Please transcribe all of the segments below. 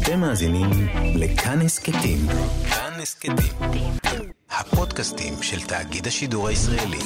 אתם מאזינים לכאן הסקטים. כאן הסקטים. הפודקאסטים של תאגיד השידור הישראלי.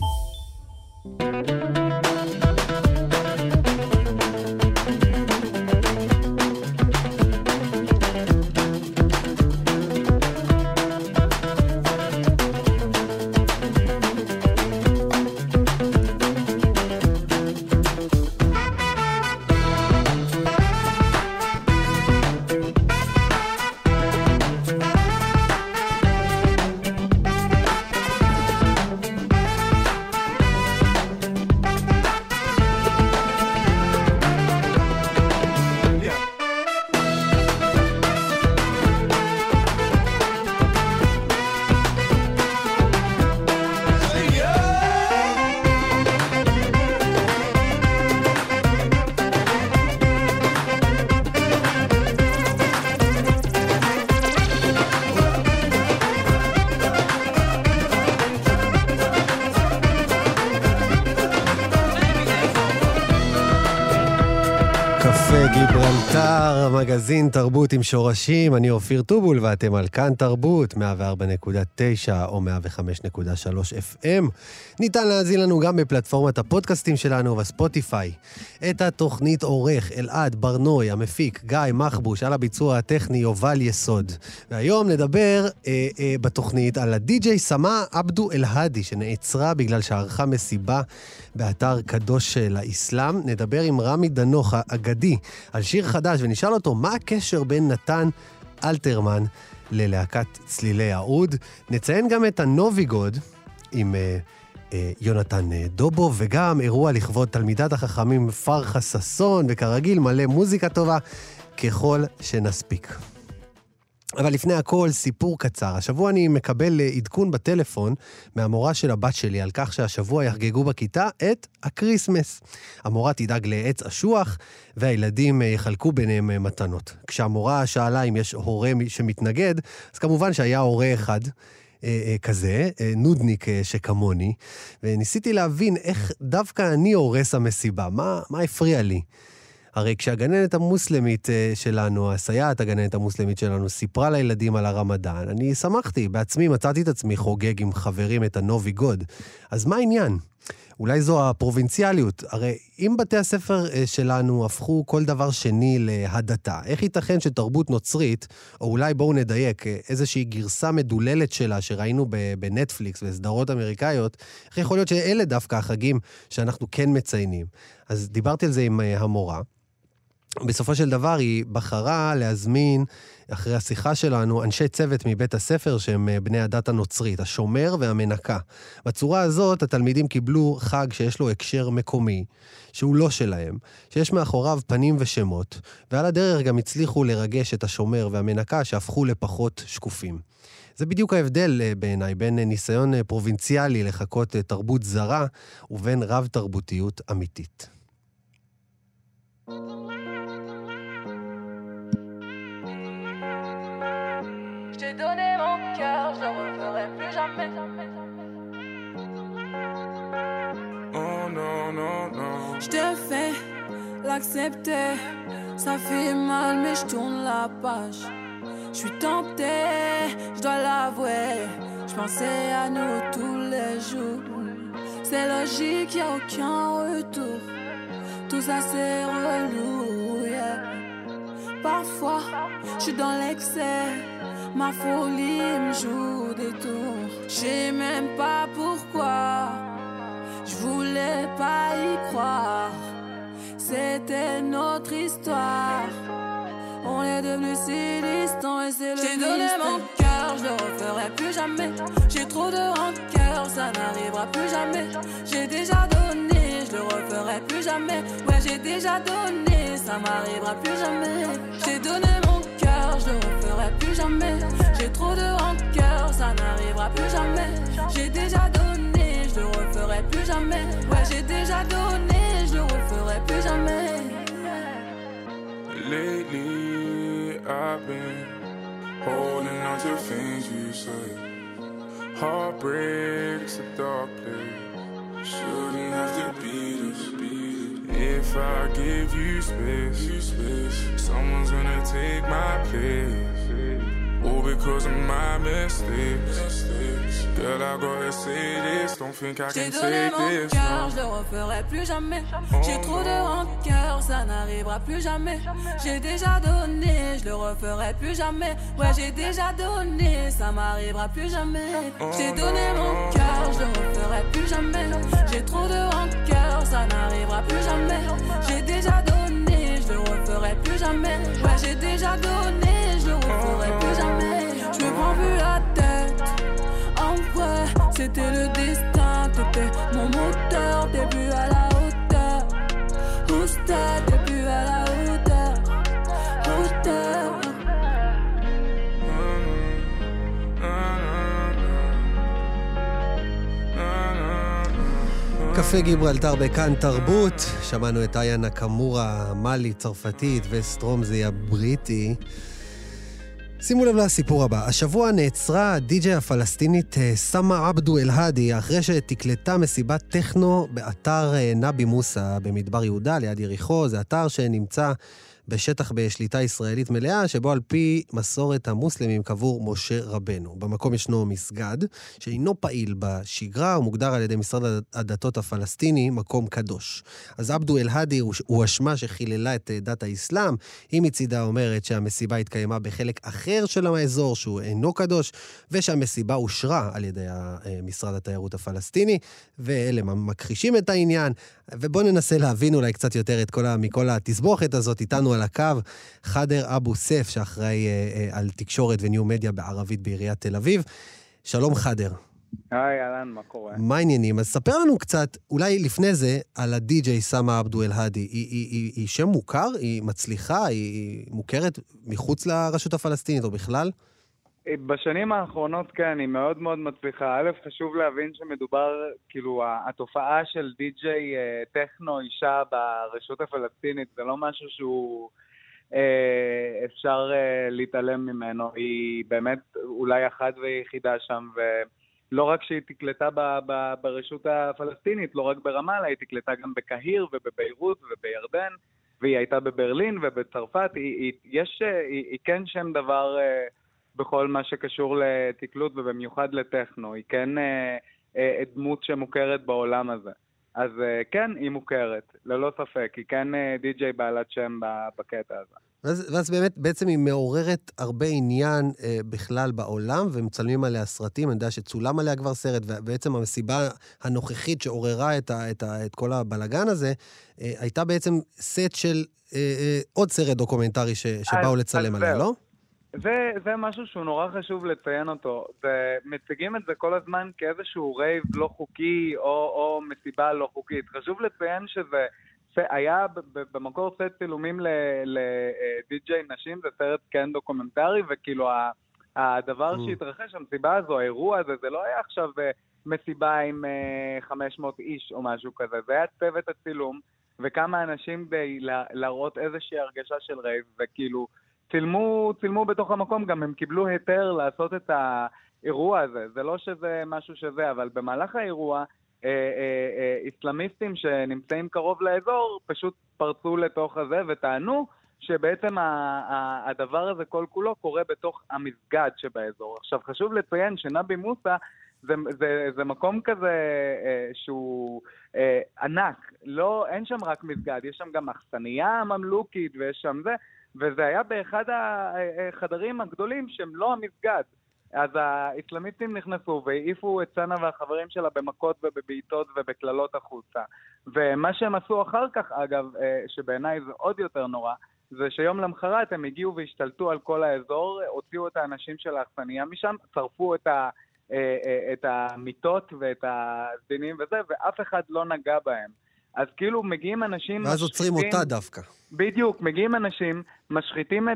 גיברלטר, מגזין תרבות עם שורשים, אני אופיר טובול ואתם על כאן תרבות, 104.9 או 105.3 FM. ניתן להזין לנו גם בפלטפורמת הפודקאסטים שלנו בספוטיפיי. את התוכנית עורך אלעד ברנוי, המפיק גיא מחבוש, על הביצוע הטכני יובל יסוד. והיום נדבר בתוכנית על הדי-ג'יי סמה עבדו אל-הדי, שנעצרה בגלל שערכה מסיבה באתר קדוש לאסלאם. נדבר עם רמי דנוך האגדי על שיר חדש, ונשאל אותו מה הקשר בין נתן אלתרמן ללהקת צלילי העוד. נציין גם את הנוביגוד עם יונתן דובו, וגם אירוע לכבוד תלמידת החכמים פרחה ססון, וכרגיל מלא מוזיקה טובה ככל שנספיק. אבל לפני הכל, סיפור קצר. השבוע אני מקבל עדכון בטלפון מהמורה של הבת שלי על כך שהשבוע יחגגו בכיתה את הקריסמס. המורה תדאג לעץ אשוח, והילדים יחלקו ביניהם מתנות. כשהמורה שאלה אם יש הורה שמתנגד, אז כמובן שהיה הורה אחד כזה, נודניק שכמוני, וניסיתי להבין איך דווקא אני הורס המסיבה, מה הפריע לי? הרי כשהגננת המוסלמית שלנו, הסייעת הגננת המוסלמית שלנו, סיפרה לילדים על הרמדאן, אני שמחתי, בעצמי מצאתי את עצמי חוגג עם חברים את הנובי גוד. אז מה העניין? אולי זו הפרובינציאליות. הרי אם בתי הספר שלנו הפכו כל דבר שני להדתה, איך ייתכן שתרבות נוצרית, או אולי בואו נדייק, איזושהי גרסה מדוללת שלה שראינו בנטפליקס וסדרות אמריקאיות, איך יכול להיות שאלה דווקא החגים שאנחנו כן מציינים? אז דיברתי על זה עם המורה. בסופו של דבר היא בחרה להזמין, אחרי השיחה שלנו, אנשי צוות מבית הספר שהם בני הדת הנוצרית, השומר והמנקה. בצורה הזאת התלמידים קיבלו חג שיש לו הקשר מקומי, שהוא לא שלהם, שיש מאחוריו פנים ושמות, ועל הדרך גם הצליחו לרגש את השומר והמנקה שהפכו לפחות שקופים. זה בדיוק ההבדל בעיניי בין ניסיון פרובינציאלי לחכות תרבות זרה, ובין רב תרבותיות אמיתית. J'ai donné mon cœur, je le referai plus jamais. Oh non, non, non. Je te fais l'accepter, ça fait mal mais je tourne la page. Je suis tentée, je dois l'avouer, je pensais à nous tous les jours. C'est logique, y a aucun retour, tout ça c'est relou, yeah. Parfois, je suis dans l'excès, ma folie me joue des tours. Je sais même pas pourquoi, je voulais pas y croire. C'était notre histoire, on est devenus si distants et c'est le mystère. J'ai donné mon cœur, je le referai plus jamais. J'ai trop de rancœur, ça n'arrivera plus jamais. J'ai déjà donné, je le referai plus jamais. Ouais, j'ai déjà donné, ça m'arrivera plus jamais. J'ai donné mon cœur, je le referai plus jamais. J'ai trop de rancœur, ça n'arrivera plus jamais. J'ai déjà donné, je le referai plus jamais. Ouais, j'ai déjà donné, je le referai plus jamais. Lately, I've been holding on to things you said. Heartbreak's a dark place, shouldn't have to be this. If I give you space, someone's gonna take my please. All because of my mistakes. Girl, I gotta say this, don't think I can take this. Cœur, je le referai plus jamais. J'ai trop de rancœur, ça n'arrivera plus jamais. J'ai déjà donné, je le referai plus jamais. Ouais, j'ai déjà donné, ça m'arrivera plus jamais. J'ai donné mon cœur, je le referai plus jamais. J'ai trop de rancœur, ça n'arrivera plus jamais. J'ai déjà donné, je le referai plus jamais. Ouais, j'ai déjà donné, je le referai plus jamais. Je me prends plus la tête. En vrai, c'était le destin. T'étais mon moteur, t'es plus à la hauteur. Hauteur, t'es plus à la hauteur. Hauteur. קפה גיברלטר בכאן תרבות, שמענו את איה נקמורה, מאלי צרפתית וסטרומזי הבריטי. שימו לב לסיפור הבא. השבוע נעצרה הדי-ג'יי הפלסטינית סמה עבדו אל-האדי אחרי שתקלטה מסיבת טכנו באתר נבי מוסא במדבר יהודה ליד יריחו. זה אתר שנמצא בשטח בשליטה ישראלית מלאה, שבו על פי מסורת המוסלמים קבור משה רבנו. במקום ישנו מסגד, שאינו פעיל בשגרה, הוא מוגדר על ידי משרד הדתות הפלסטיני, מקום קדוש. אז עבדו אל-האדי הוא אשמה שחיללה את דת האסלאם, היא מצידה אומרת שהמסיבה התקיימה בחלק אחר של האזור, שהוא אינו קדוש, ושהמסיבה אושרה על ידי משרד התיירות הפלסטיני, ואלה מכחישים את העניין, ובואו ננסה להבין אולי קצת יותר מכל התסבוכת הזאת. איתנו על הקו חדר אבו סף, שאחראי על תקשורת וניו מדיה בערבית בעיריית תל אביב. שלום חדר. היי, אלן, מה קורה? מה העניינים? אז ספר לנו קצת, אולי לפני זה, על הדי-ג'יי סמה עבדו אל-האדי. היא שם מוכר? היא מצליחה? היא מוכרת מחוץ לרשות הפלסטינית או בכלל? בשנים האחרונות, כן, היא מאוד מאוד מצליחה. א', חשוב להבין שמדובר, כאילו, התופעה של די-ג'יי טכנו אישה ברשות הפלסטינית, זה לא משהו שהוא אפשר להתעלם ממנו. היא באמת אולי אחת ויחידה שם, ולא רק שהיא תקלטה ברשות הפלסטינית, לא רק ברמאללה, היא תקלטה גם בקהיר ובביירות ובירדן, והיא הייתה בברלין ובצרפת. היא כן שם דבר בכל מה שקשור לתקלות ובמיוחד לטכנו. היא כן דמות שמוכרת בעולם הזה. אז כן, היא מוכרת, ללא ספק. היא כן די-ג'יי בעלת שם בקטע הזה. ואז באמת, בעצם היא מעוררת הרבה עניין בכלל בעולם, ומצלמים עליה סרטים. אני יודע שצולם עליה כבר סרט, ובעצם המסיבה הנוכחית שעוררה את כל הבלגן הזה, הייתה בעצם סט של עוד סרט דוקומנטרי שבאו לצלם עליה, לא? זה משהו שהוא נורא חשוב לציין אותו. מציגים את זה כל הזמן כאיזשהו רייב לא חוקי או מסיבה לא חוקית. חשוב לציין שזה היה במקור סט צילומים לדי-ג'יי נשים, זה סרט כן דוקומנטרי, וכאילו הדבר שהתרחש, המסיבה הזו, האירוע הזה, זה לא היה עכשיו מסיבה עם 500 איש או משהו כזה, זה היה צוות הצילום, וכמה אנשים להראות איזושהי הרגשה של רייב, וכאילו צילמו בתוך המקום, גם הם קיבלו היתר לעשות את האירוע הזה. זה לא שזה משהו שזה, אבל במהלך האירוע, איסלאמיסטים שנמצאים קרוב לאזור, פשוט פרצו לתוך הזה וטענו שבעצם הדבר הזה כל כולו קורה בתוך המסגד שבאזור. עכשיו חשוב לציין שנבי מוסא זה מקום כזה שהוא ענק. לא, אין שם רק מסגד, יש שם גם אכסניה ממלוכית ויש שם זה, וזה היה באחד החדרים הגדולים שהם לא המסגד. אז האסלאמיסטים נכנסו והעיפו את סנה והחברים שלה במכות ובבעיטות ובכללות החוצה. ומה שהם עשו אחר כך, אגב, שבעיניי זה עוד יותר נורא, זה שיום למחרת הם הגיעו והשתלטו על כל האזור, הוציאו את האנשים של האכסניה משם, צרפו את המיטות ואת הסדינים וזה, ואף אחד לא נגע בהם. אז כאילו מגיעים אנשים ואז עוצרים אותה דווקא. בדיוק, מגיעים אנשים, משחיתים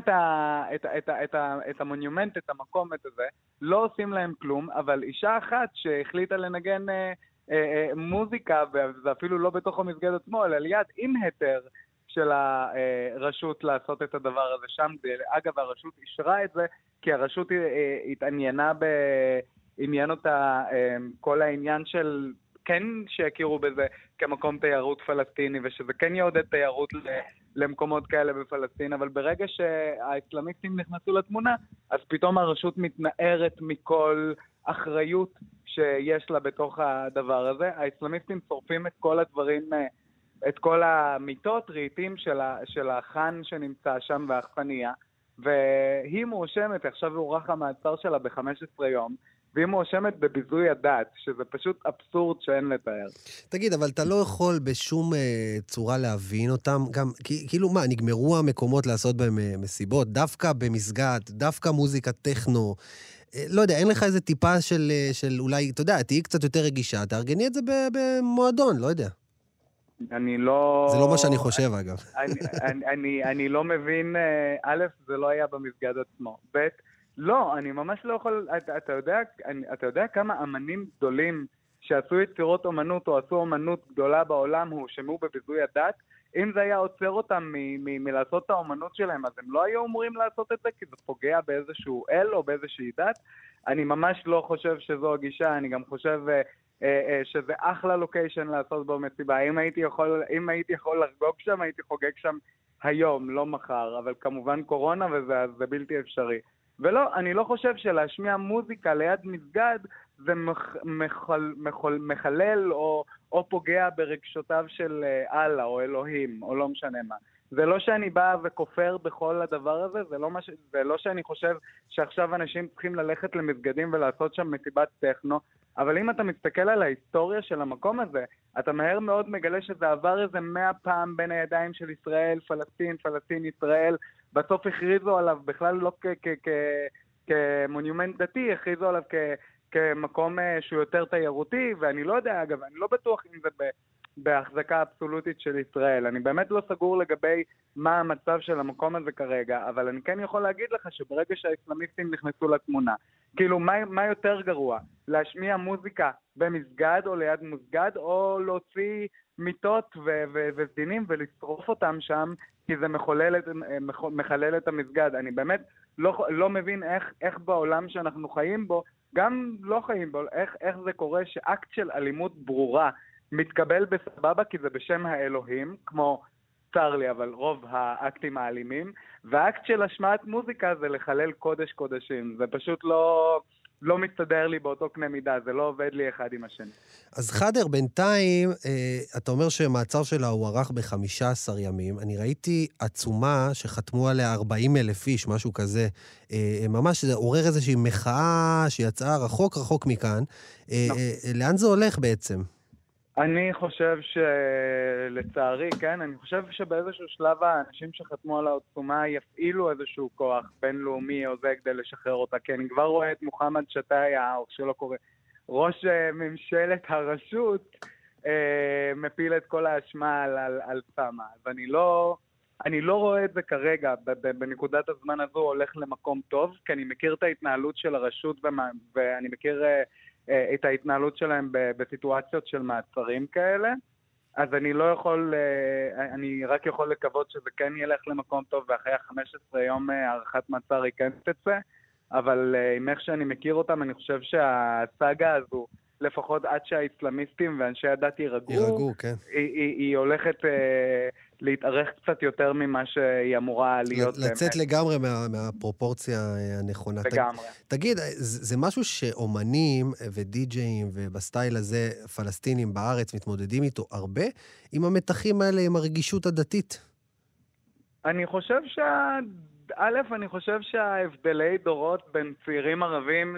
את המונומנט, את המקום, את זה, לא עושים להם כלום, אבל אישה אחת שהחליטה לנגן מוזיקה, וזה אפילו לא בתוך המסגד עצמו, אלא ליד עם היתר של הרשות לעשות את הדבר הזה שם. אגב, הרשות אישרה את זה, כי הרשות התעניינה עניין אותה כל העניין של כן שיכירו בזה כמקום תיירות פלסטיני, ושזה כן יעודד תיירות למקומות כאלה בפלסטין, אבל ברגע שהאסלאמיסטים נכנסו לתמונה, אז פתאום הרשות מתנערת מכל אחריות שיש לה בתוך הדבר הזה. האסלאמיסטים שורפים את כל הדברים, את כל המיטות, רהיטים של החאן שנמצא שם והאכסניה, והיא מואשמת, עכשיו הוארך המעצר שלה ב-15 יום, והיא מואשמת בביזוי הדת, שזה פשוט אבסורד שאין לתאר. תגיד, אבל אתה לא יכול בשום צורה להבין אותם, גם, כאילו מה, נגמרו המקומות לעשות בהם מסיבות, דווקא במסגד, דווקא מוזיקה טכנו, לא יודע, אין לך איזה טיפה של אולי, אתה יודע, תהיי קצת יותר רגישה, תארגני את זה במועדון, לא יודע. אני לא... זה לא מה שאני חושב, אגב. אני לא מבין, א', זה לא היה במסגד עצמו. ב', לא, אני ממש לא יכול... אתה יודע כמה אמנים גדולים שעשו יצירות אומנות או עשו אומנות גדולה בעולם הואשמו בביזוי הדת? אם זה היה עוצר אותם מלעשות את האומנות שלהם, אז הם לא היו אמורים לעשות את זה, כי זה פוגע באיזשהו אל או באיזושהי דת. אני ממש לא חושב שזו הגישה, אני גם חושב שזה אחלה לוקיישן לעשות בו מסיבה. אם הייתי יכול לחגוג שם, הייתי חוגג שם היום, לא מחר, אבל כמובן קורונה וזה בלתי אפשרי. ולא, אני לא חושב שלהשמיע מוזיקה ליד מסגד זה מחלל או פוגע ברגשותיו של אללה או אלוהים, או לא משנה מה. זה לא שאני בא וכופר בכל הדבר הזה, זה לא שאני חושב שעכשיו אנשים צריכים ללכת למסגדים ולעשות שם מסיבת טכנו, אבל אם אתה מסתכל על ההיסטוריה של המקום הזה, אתה מהר מאוד מגלה שזה עבר איזה 100 פעם בין הידיים של ישראל, פלסטין, פלסטין, ישראל, בסוף הכריזו עליו בכלל לא כמונומנט דתי, הכריזו עליו כמקום שהוא יותר תיירותי, ואני לא יודע, אגב, אני לא בטוח אם זה בהחזקה אבסולוטית של ישראל. אני באמת לא סגור לגבי מה המצב של המקום הזה כרגע, אבל אני כן יכול להגיד לך שברגע שהאסלאמיסטים נכנסו לתמונה, כאילו מה יותר גרוע? להשמיע מוזיקה במסגד או ליד מסגד, או להוציא מיטות וסדינים ולשרוף אותם שם, כי זה מחלל את המסגד. אני באמת לא מבין איך בעולם שאנחנו חיים בו, גם לא חיים בו, איך זה קורה שאקט של אלימות ברורה מתקבל בסבבה, כי זה בשם האלוהים, כמו צר לי, אבל רוב האקטים האלימים, והאקט של השמעת מוזיקה זה לחלל קודש קודשים. זה פשוט לא מסתדר לי באותו קנה מידה, זה לא עובד לי אחד עם השני. אז חדר, בינתיים, אתה אומר שמעצר שלה הוא ערך ב-15 ימים. אני ראיתי עצומה שחתמו עליה 40,000 איש, משהו כזה. ממש זה עורר איזושהי מחאה שיצאה רחוק מכאן. לאן זה הולך בעצם? אני חושב שלצערי, כן, אני חושב שבאיזשהו שלב האנשים שחתמו על העצומה יפעילו איזשהו כוח בינלאומי או זה כדי לשחרר אותה, כי אני כבר רואה את מוחמד שטאיה, או שלא קורא, ראש ממשלת הרשות, מפיל את כל האשמה על סמה. ואני לא רואה את זה כרגע, בנקודת הזמן הזו הולך למקום טוב, כי אני מכיר את ההתנהלות של הרשות, ואני מכיר את ההתנהלות שלהם בסיטואציות של מעצרים כאלה, אז אני לא יכול, אני רק יכול לקוות שזה כן ילך למקום טוב, ואחרי 15 יום הערכת מעצר היא כן תצא, אבל עם איך שאני מכיר אותם, אני חושב שהסאגה הזו, לפחות עד שהאסלאמיסטים ואנשי הדת יירגעו, כן. היא הולכת להתארך קצת יותר ממה שהיא אמורה להיות. לצאת לגמרי מהפרופורציה הנכונה. לגמרי. תגיד, זה משהו שאומנים ודי-ג'אים ובסטייל הזה פלסטינים בארץ מתמודדים איתו הרבה, עם המתחים האלה, עם הרגישות הדתית? אני חושב אני חושב שההבדלי דורות בין צעירים ערבים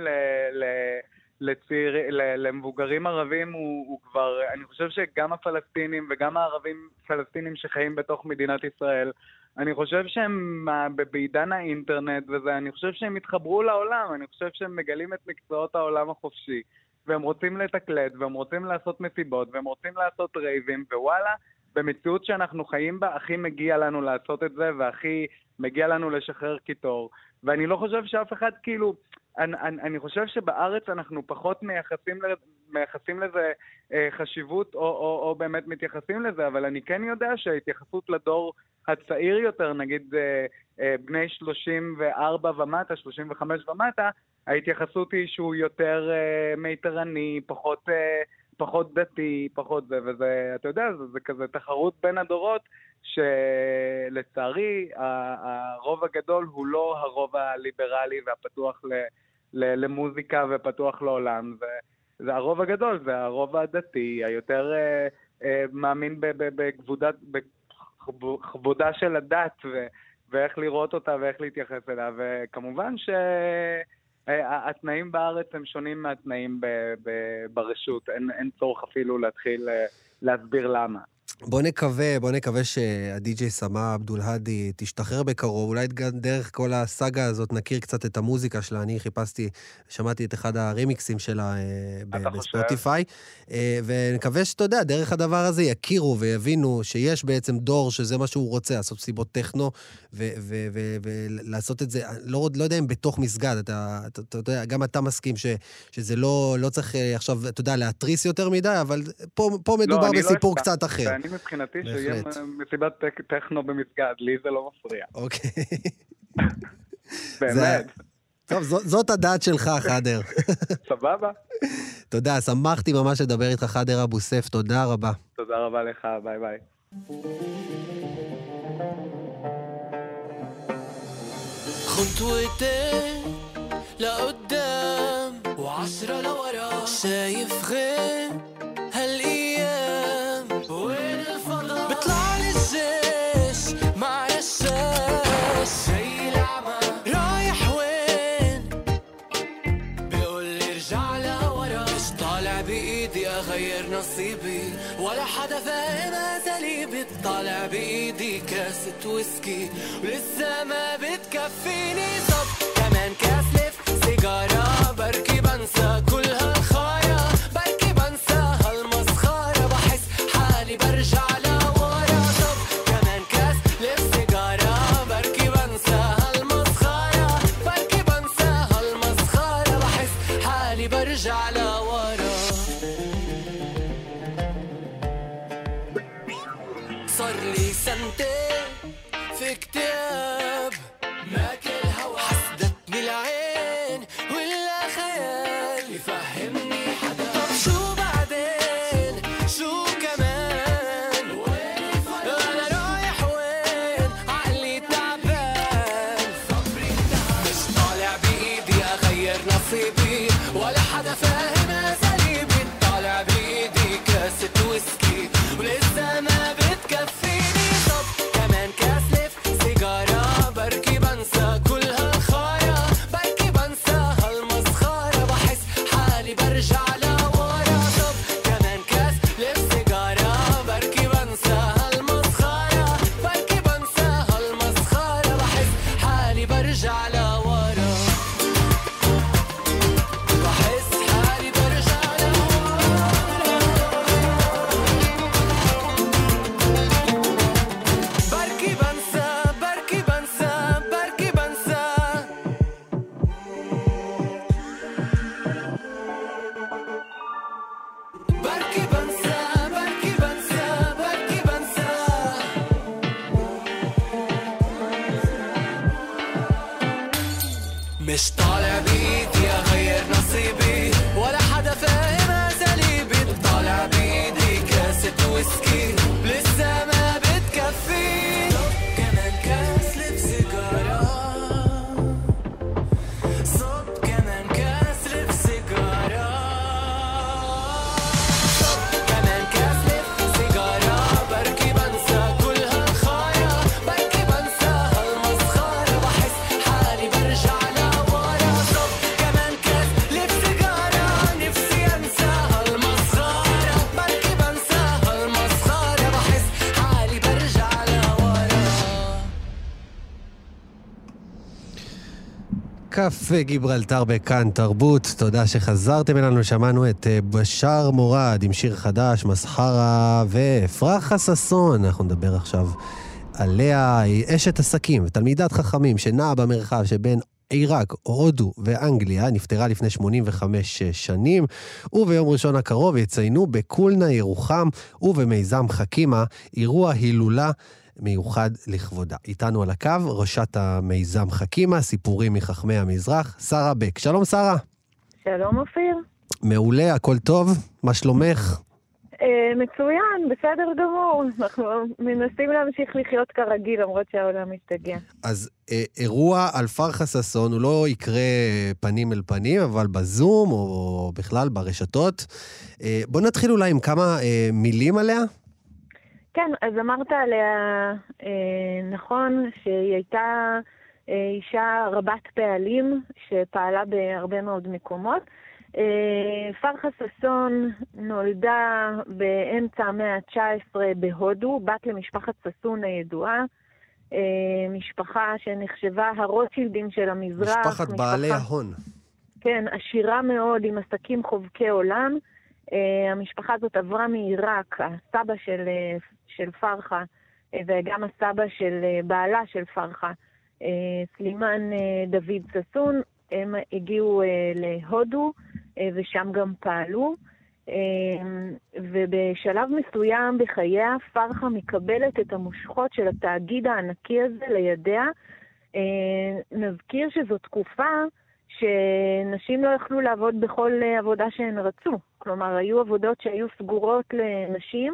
למבוגרים ערבים הוא כבר, אני חושב שגם הפלסטינים וגם הערבים פלסטינים שחיים בתוך מדינת ישראל, אני חושב שהם בעידן האינטרנט וזה, אני חושב שהם התחברו לעולם, אני חושב שהם מגלים את מקצועות העולם החופשי, והם רוצים לתקלט, והם רוצים לעשות מסיבות, והם רוצים לעשות רייבים, ווואלה, במציאות שאנחנו חיים בה, הכי מגיע לנו לעשות את זה, והכי מגיע לנו לשחרר קיטור. ואני לא חושב שאף אחד כאילו, אני חושב שבארץ אנחנו פחות מייחסים לזה חשיבות, או באמת מתייחסים לזה, אבל אני כן יודע שההתייחסות לדור הצעיר יותר, נגיד בני 34 ומטה, 35 ומטה, ההתייחסות היא שהוא יותר מיתרני, פחות דתי, פחות זה, וזה, אתה יודע, זה כזה תחרות בין הדורות, שלצערי, הרוב הגדול הוא לא הרוב הליברלי והפתוח למוזיקה ופתוח לעולם, זה הרוב הגדול, זה הרוב הדתי, היותר מאמין בכבודה של הדת, ואיך לראות אותה ואיך להתייחס אליה, וכמובן שהתנאים בארץ הם שונים מהתנאים ברשות, אין צורך אפילו להתחיל להסביר למה. בוא נקווה שהדי-ג'יי סמה עבדולהדי תשתחרר בקרוב, אולי דרך כל הסאגה הזאת נכיר קצת את המוזיקה שלה, אני שמעתי את אחד הרימיקסים שלה בספוטיפיי, ונקווה שאתה יודע, דרך הדבר הזה יכירו ויבינו שיש בעצם דור שזה מה שהוא רוצה, לעשות סיבות טכנו, ולעשות את זה, לא יודע אם בתוך מסגד, אתה יודע, גם אתה מסכים שזה לא צריך עכשיו, אתה יודע, להטריס יותר מדי, אבל פה מדובר בסיפור קצת אחר. ואני מבחינתי שיהיה מסיבת טכנו במסגד, לי זה לא מפריע. אוקיי. באמת. טוב, זאת הדעת שלך, חדר. סבבה. תודה, שמחתי ממש לדבר איתך, חדר אבו סף, תודה רבה. תודה רבה לך, ביי ביי. خطوتين لقدام وعشرة لورا شايف غير هالأيام وين الفضاء بطلع للجيش مع رشاش جاي العمى رايح وين بيقول لي ارجع لورا مش طالع بإيدي أغير نصيبي ولا حدا فاهم أساليبي طالع بإيدي كاسة ويسكي ولسه ما بتكفيني صب كمان كاس لف سيجارة بركي بنسى كل هالخايا بركي بنسى هالمسخرة بحس حالي برجع لورا صب كمان كاس لف سيجارة بركي بنسى هالمسخرة بركي بنسى هالمسخرة بحس حالي برجع لورا صار لي سنتين في كتاب ماكل هوا حسدتني العين ولا خيال يفهمني حدا طب شو بعدين شو كمان وين انا رايح وين عقلي تعبان صبري انتهى مش طالع بايدي اغير نصيبي ولا حدا فاهم اساليبي طالع بايدي كاسة ويسكي ولسه ما بتكفيني صب كمان كاس لف سيجارة بركي بنسى كل هالخايا بركي بنسى هالمسخرة بحس حالي برجع لورا صب كمان كاس لف سيجارة بركي بنسى هالمسخرة بركي بنسى هالمسخرة بحس حالي برجع لورا بحس حالي برجع لورا بركي بنسى بركي بنسى بركي بنسى بركي بنسى بركي بنسى بركي بنسى مش طالع بإيدي أغير نصيبي ولا حدا فاهم أساليبي طالع بإيدي كاسة ويسكي لسه ما بتكفيني كمان كاس لف سيجارة صب كمان كاس لف سيجارة صب كمان كاس لف سيجارة بركي بنسى كل هالخايا بركي بنسى هالمسخرة بحس حالي برجع لورا صب كمان كاس لف سيجارة نفسي أنسى هالمسخرة بركي بنسى هالمسخرة بحس حالي برجع لورا קפה גיברלטר בכאן תרבות, תודה שחזרתם אלינו, שמענו את בשאר מורד עם שיר חדש, מסחרה ואפרת חססון, אנחנו נדבר עכשיו עליה, היא אשת עסקים, תלמידת חכמים שנעה במרחב שבין עיראק, הודו ואנגליה, נפטרה לפני 85 שנים, וביום ראשון הקרוב יציינו בקולנה ירוחם ובמיזם חכימה אירוע הילולה מיוחד לכבודה. איתנו על הקו, ראשת המיזם חכימה, סיפורים מחכמי המזרח, שרה בק. שלום שרה. שלום אופיר. מעולה, הכל טוב? מה שלומך? מצוין, בסדר גמור. אנחנו מנסים להמשיך לחיות כרגיל, למרות שהעולם משתגע. אז אירוע על פרחה ששון, הוא לא יקרה פנים אל פנים, אבל בזום או בכלל ברשתות. בוא נתחיל אולי עם כמה מילים עליה. כן, אז אמרת עליה, נכון, שהיא הייתה אישה רבת פעלים, שפעלה בהרבה מאוד מקומות. פרחה ששון נולדה באמצע המאה ה-19 בהודו, בת למשפחת ששון הידועה, משפחה שנחשבה הרוטשילדים של המזרח. משפחת בעלי ההון. כן, עשירה מאוד עם עסקים חובקי עולם. המשפחה הזאת עברה מעיראק, הסבא של פרחה, וגם הסבא של בעלה של פרחה, סלימן דוד ששון, הם הגיעו להודו, ושם גם פעלו, ובשלב מסוים בחייה פרחה מקבלת את המושכות של התאגיד הענקי הזה לידיה. נזכיר שזו תקופה שנשים לא יכלו לעבוד בכל עבודה שהן רצו. כלומר, היו עבודות שהיו סגורות לנשים,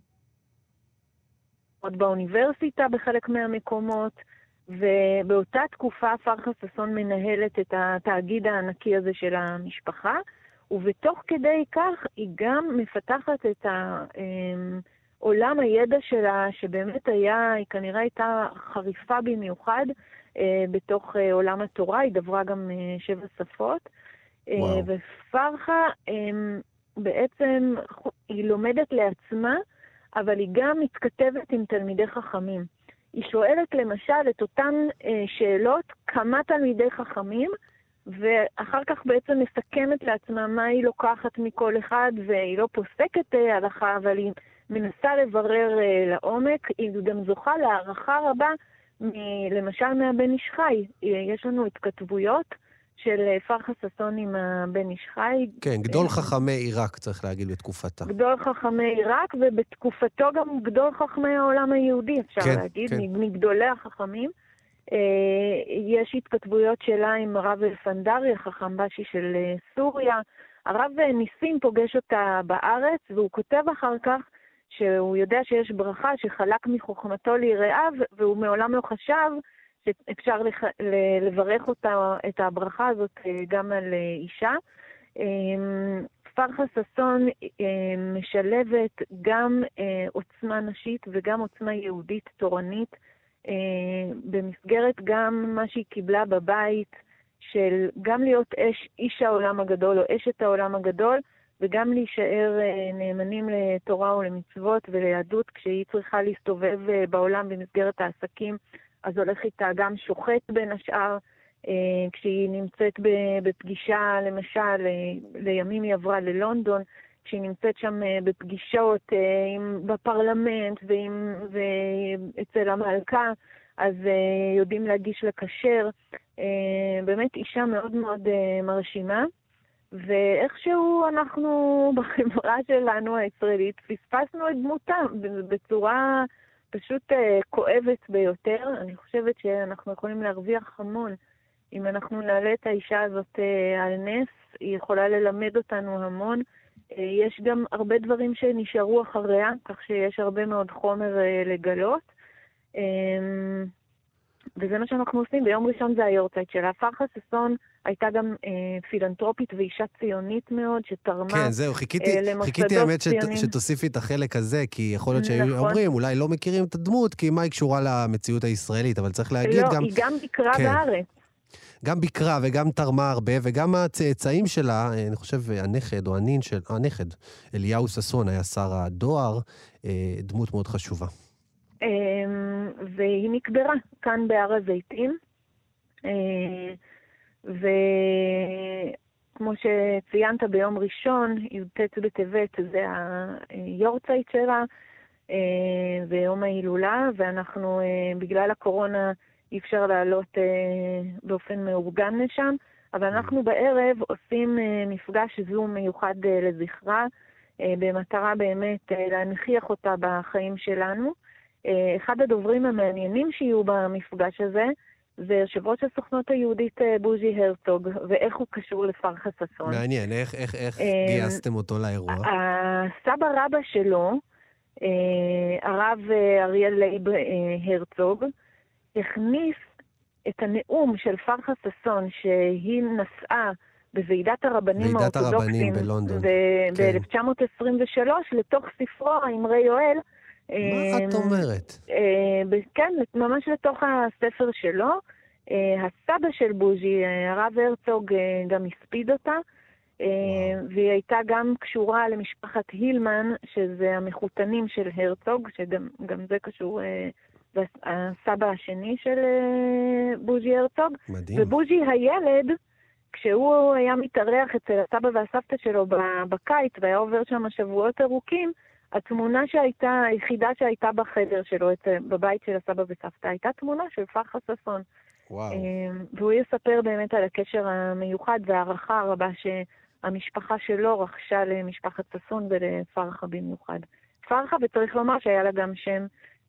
עוד באוניברסיטה בחלק מהמקומות, ובאותה תקופה פרחה ששון מנהלת את התאגיד הענקי הזה של המשפחה, ובתוך כדי כך היא גם מפתחת את עולם הידע שלה, שבאמת היא כנראה הייתה חריפה במיוחד בתוך עולם התורה, היא דברה גם 7 שפות. וואו. ופרחה בעצם היא לומדת לעצמה, אבל היא גם מתכתבת עם תלמידי חכמים. היא שואלת למשל את אותן שאלות, כמה תלמידי חכמים, ואחר כך בעצם מסכמת לעצמה מה היא לוקחת מכל אחד, והיא לא פוסקת הלכה, אבל היא מנסה לברר לעומק. היא גם זוכה להערכה רבה, למשל מהבן איש חי. יש לנו התכתבויות של פרחה ששון עם הבן איש חי. כן, גדול חכמי עיראק, צריך להגיד, בתקופתה. גדול חכמי עיראק, ובתקופתו גם גדול חכמי העולם היהודי, אפשר להגיד, מגדולי החכמים. יש התכתבויות שלה עם הרב אלפנדרי, החכם בשי של סוריה. הרב ניסים פוגש אותה בארץ, והוא כותב אחר כך שהוא יודע שיש ברכה שחלק מחוכמתו ליראיו, והוא מעולם לא חשב שאפשר לברך אותה, את הברכה הזאת גם על אישה. פרחה ששון משלבת גם עוצמה נשית וגם עוצמה יהודית תורנית, במסגרת גם מה שהיא קיבלה בבית, של גם להיות איש העולם הגדול או אשת העולם הגדול, וגם להישאר נאמנים לתורה ולמצוות וליהדות, כשהיא צריכה להסתובב בעולם במסגרת העסקים, אז הולך איתה גם שוחט בין השאר, כשהיא נמצאת בפגישה, למשל, לימים היא עברה ללונדון, כשהיא נמצאת שם בפגישות בפרלמנט ואצל המלכה, אז יודעים להגיש לקשר. באמת אישה מאוד מאוד מרשימה, ואיכשהו אנחנו בחברה שלנו הישראלית פספסנו את דמותה בצורה פשוט כואבת ביותר. אני חושבת שאנחנו יכולים להרוויח המון אם אנחנו נעלה את האישה הזאת על נס. היא יכולה ללמד אותנו המון. יש גם הרבה דברים שנשארו אחריה, כך שיש הרבה מאוד חומר לגלות. וזה מה שאנחנו עושים. ביום ראשון זה היורצייט שלה. פרחה ששון הייתה גם פילנטרופית ואישה ציונית מאוד, שתרמה כן, זהו, חיכיתי האמת שתוסיפי את החלק הזה, כי יכול להיות שהיו אומרים, אולי לא מכירים את הדמות, כי מה היא קשורה למציאות הישראלית, אבל צריך להגיד גם... לא, היא גם ביקרה בארץ. גם ביקרה וגם תרמה הרבה, וגם הצאצאים שלה, אני חושב, הנכד או הנכד, אליהו ששון היה שר הדואר, דמות מאוד חשובה. והיא נקברה כאן בהר הזיתים, וכמו שציינת ביום ראשון, י"ט בטבת זה היורצייט שלה, ויום ההילולה, ואנחנו בגלל הקורונה אי אפשר לעלות באופן מאורגן לשם, אבל אנחנו בערב עושים מפגש זום מיוחד לזכרה, במטרה באמת להנכיח אותה בחיים שלנו. אחד הדוברים המעניינים שיהיו במפגש הזה, זה יושב ראש הסוכנות היהודית בוז'י הרצוג, ואיך הוא קשור לפרחה ששון. מעניין, איך גייסתם אותו לאירוע? הסבא רבא שלו, הרב אריאל לייב הרצוג, הכניס את הנאום של פרחה ששון, שהיא נסעה בוועידת הרבנים האורתודוקסים ב-1923, לתוך ספרו, האמרי יואל. מה את אומרת? כן, ממש לתוך הספר שלו. הסבא של בוז'י, הרב הרצוג, גם הספיד אותה, והיא הייתה גם קשורה למשפחת הילמן, שזה המחותנים של הרצוג, שגם זה קשור הסבא השני של בוז'י הרצוג. מדהים. ובוז'י הילד, כשהוא היה מתארח אצל הסבא והסבתא שלו בקיץ, והיה עובר שם שבועות ארוכים, התמונה שהייתה, היחידה שהייתה בחדר שלו, בבית של הסבא וסבתא, הייתה תמונה של פרחה ששון. וואו. והוא יספר באמת על הקשר המיוחד והערכה הרבה שהמשפחה שלו רכשה למשפחת ששון ולפרחה במיוחד. פרחה, וצריך לומר שהיה לה גם שם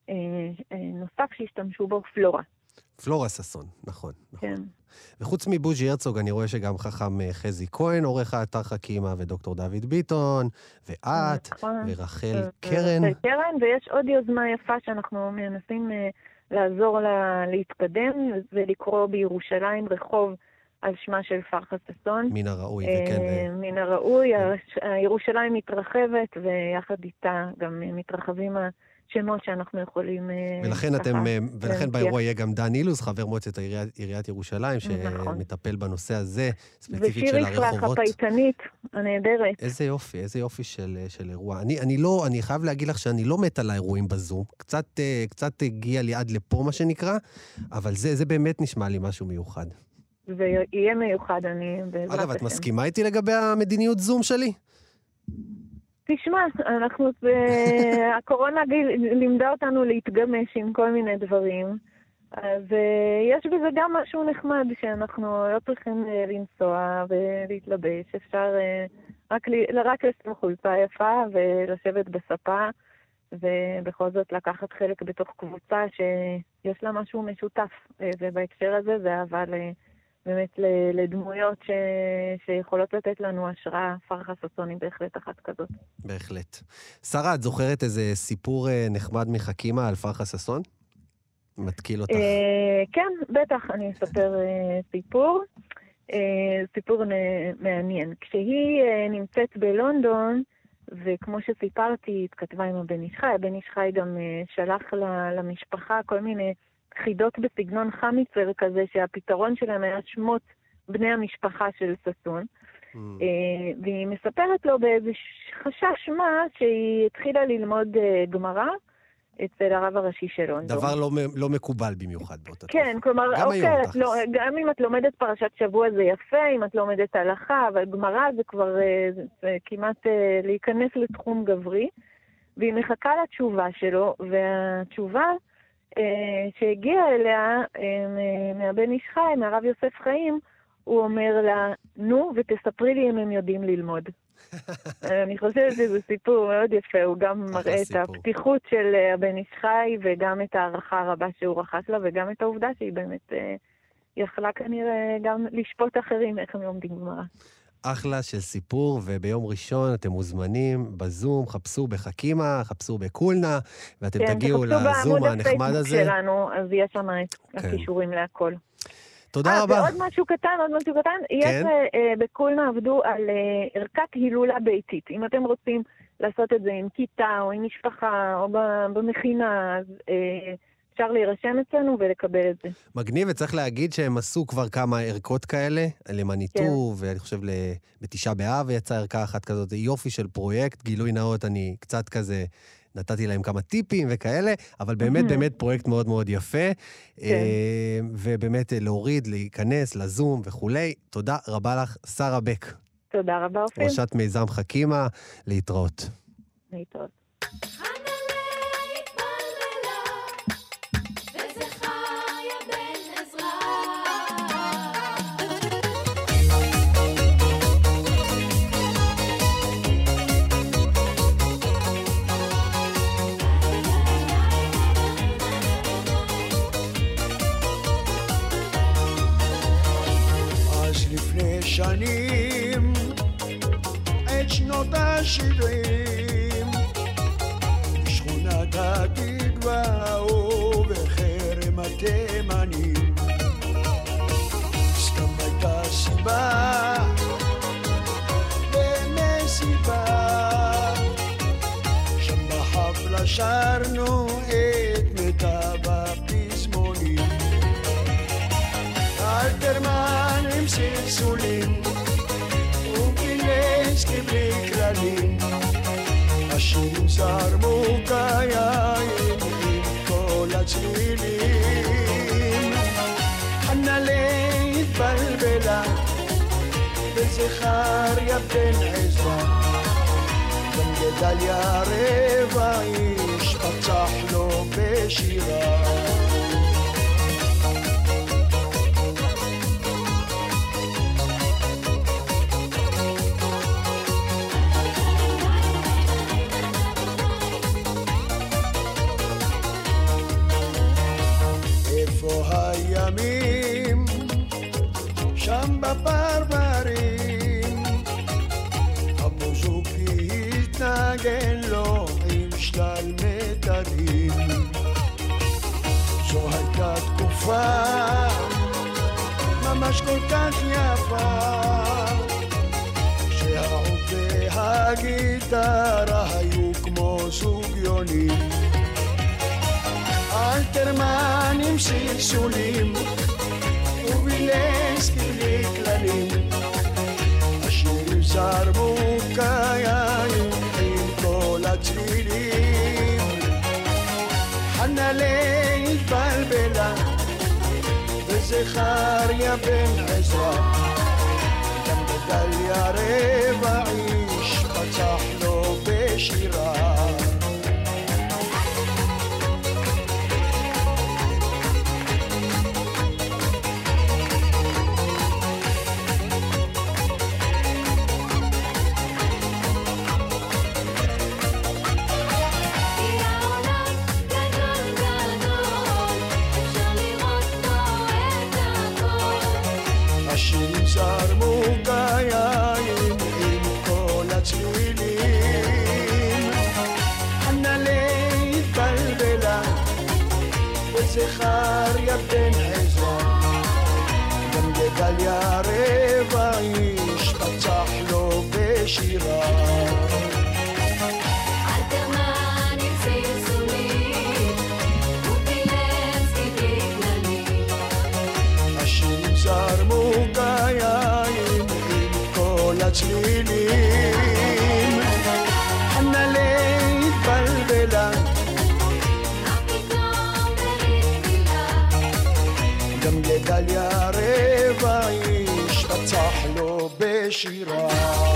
נוסף שהשתמשו בו, פלורה. פלורה ששון, נכון. כן. וחוץ מבוז'י הרצוג, אני רואה שגם חכם חזי כהן, עורך האתר חכימה, ודוקטור דוד ביטון, ואת, ורחל קרן. רחל קרן, ויש עוד יוזמה יפה שאנחנו מנסים לעזור לה להתקדם, ולקרוא בירושלים רחוב על שמה של פרחה ששון. מן הראוי, וכן. מן הראוי, ירושלים מתרחבת, ויחד איתה גם מתרחבים שמות שאנחנו יכולים... ולכן באירוע יהיה גם דן אילוז, חבר מועצת עיריית ירושלים, שמטפל בנושא הזה, ספציפית של הרחובות. ושירי חלק הפייטנית הנהדרת. איזה יופי של אירוע. אני חייב להגיד לך שאני לא מת על האירועים בזום, קצת הגיע לי עד לפה מה שנקרא, אבל זה באמת נשמע לי משהו מיוחד. זה יהיה מיוחד, אני... אגב, את מסכימה איתי לגבי המדיניות זום שלי? תשמע, הקורונה לימדה אותנו להתגמש עם כל מיני דברים, אז יש בזה גם משהו נחמד שאנחנו לא צריכים לנסוע ולהתלבש, אפשר רק לשים חולצה יפה ולשבת בספה, ובכל זאת לקחת חלק בתוך קבוצה שיש לה משהו משותף, ובהקשר הזה זה אהבה באמת לדמויות שיכולות לתת לנו השראה. פרחה ששון היא בהחלט אחת כזאת. בהחלט. שרה, את זוכרת איזה סיפור נחמד מחכימה על פרחה ששון? מתקיל אותך. כן, בטח, אני אספר סיפור. סיפור מעניין. כשהיא נמצאת בלונדון, וכמו שסיפרתי, התכתבה עם הבן איש חי, הבן איש חי גם שלח למשפחה כל מיני חידות בסגנון חמיצר כזה, שהפתרון שלהם היה שמות בני המשפחה של ששון. והיא מספרת לו באיזה חשש מה שהיא התחילה ללמוד גמרא אצל הרב הראשי של לונדון. דבר לא מקובל במיוחד באותה תקופה. כן, כלומר, גם אם את לומדת פרשת שבוע זה יפה, אם את לומדת הלכה, אבל גמרא זה כבר כמעט להיכנס לתחום גברי, והיא מחכה לתשובה שלו, והתשובה שהגיעה אליה מהבן איש חי, מהרב יוסף חיים, הוא אומר לה, נו, ותספרי לי אם הם יודעים ללמוד. אני חושבת שזה סיפור מאוד יפה, הוא גם מראה את הפתיחות של הבן איש חי, וגם את הערכה הרבה שהוא רכש לה, וגם את העובדה שהיא באמת יכלה כנראה גם לשפוט אחרים איך הם לומדים גמרא. אחלה של סיפור, וביום ראשון אתם מוזמנים בזום, חפשו בחכימה, חפשו בקולנה, ואתם תגיעו לזום הנחמד הזה. שלנו, אז יש שם הקישורים להכל. תודה רבה. ועוד משהו קטן, יש בקולנה עבדו על ערכת הילולה ביתית. אם אתם רוצים לעשות את זה עם כיתה, או עם משפחה, או במכינה, אז אפשר להירשם אצלנו ולקבל את זה. מגניב, וצריך להגיד שהם עשו כבר כמה ערכות כאלה, למניטור, ואני חושב בתשעה באב יצאה ערכה אחת כזאת, זה יופי של פרויקט, גילוי נאות, אני קצת כזה נתתי להם כמה טיפים וכאלה, אבל באמת באמת פרויקט מאוד מאוד יפה, ובאמת להוריד, להיכנס, לזום וכולי. תודה רבה לך, שרה בק. תודה רבה, אופיר. ראשת מיזם חכימה, להתראות. להתראות. השנים, את שנות ה-70, בשכונת התקווה ובחרם התימנים. סתם הייתה סיבה במסיבה, שם בחפלה שרנו את מיטב הפזמונים. אלתרמן עם סלסולים ופילנסקי בלי כללים, השירים זרמו כיין עם כל הצלילים. חנלה התבלבלה וזכריה בן עזרא, גם גדליה רבע איש פצח לו בשירה. הימים שם בפרברים, הבוזוקי התנגן לו עם שלל מטרים. זו הייתה תקופה ממש כל כך יפה, שהעוד והגיטרה היו כמו זוג יונים. אלתרמן עם סלסולים ובילנסקי בלי כללים, השירים זרמו כיין עם כל הצלילים. חנלה התבלבלה וזכריה בן עזרא, גם גדליה רבע איש פצח לו בשירה. זרמו כיין עם כל הצלילים. חנלה התבלבלה וזכריה בן עזרא, גם גדליה רבע איש פצח לו בשירה. אלתרמן עם סלסולים ופילנסקי בלי כללים, השירים זרמו כיין עם כל הצלילים. חנלה התבלבלה גם גדליה רבע איש פצח לו בשירה.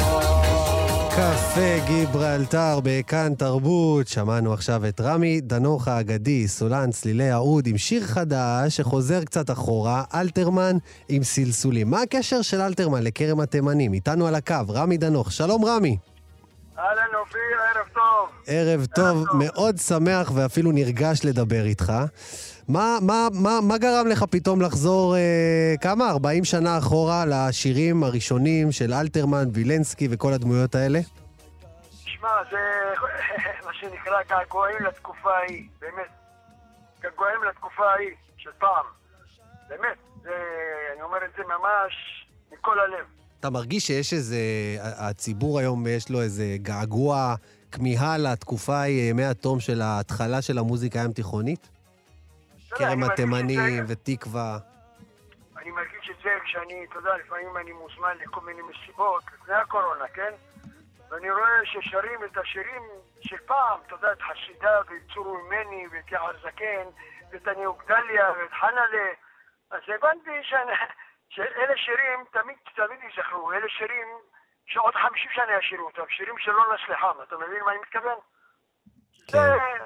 קפה גיברלטר בכאן תרבות. שמענו עכשיו את רמי דנוך האגדי, סולן צלילי העוד, עם שיר חדש שחוזר קצת אחורה, אלתרמן עם סלסולים. מה הקשר של אלתרמן לכרם התימנים? איתנו על הקו, רמי דנוך. שלום רמי. אהלן אופיר, ערב טוב. ערב טוב, מאוד שמח ואפילו נרגש לדבר איתך. מה גרם לך פתאום לחזור 40 שנה אחורה לשירים הראשונים של אלתרמן, וילנסקי וכל הדמויות האלה? תשמע, זה מה שנקרא געגועים לתקופה ההיא, באמת. געגועים לתקופה ההיא של פעם. באמת, אני אומר את זה ממש מכל הלב. אתה מרגיש שיש איזה, הציבור היום יש לו איזה געגוע, כמיהה לתקופה ההיא, ימי התום של ההתחלה של המוזיקה הים תיכונית? כרם התימנים ותקווה. אני מרגיש את זה כשאני, אתה יודע, לפעמים אני מוזמן לכל מיני מסיבות, לפני הקורונה, כן? ואני רואה ששרים את השירים של פעם, אתה יודע, את חסידה ויצורו ממני ואת יחר זקן ואת הניוגדליה ואת חנלה. אז הבנתי שאלה שירים תמיד יזכרו, אלה שירים שעוד 50 שנה ישירו אותם, שירים שלא נסלחם, אתה מבין מה אני מתכוון? כן.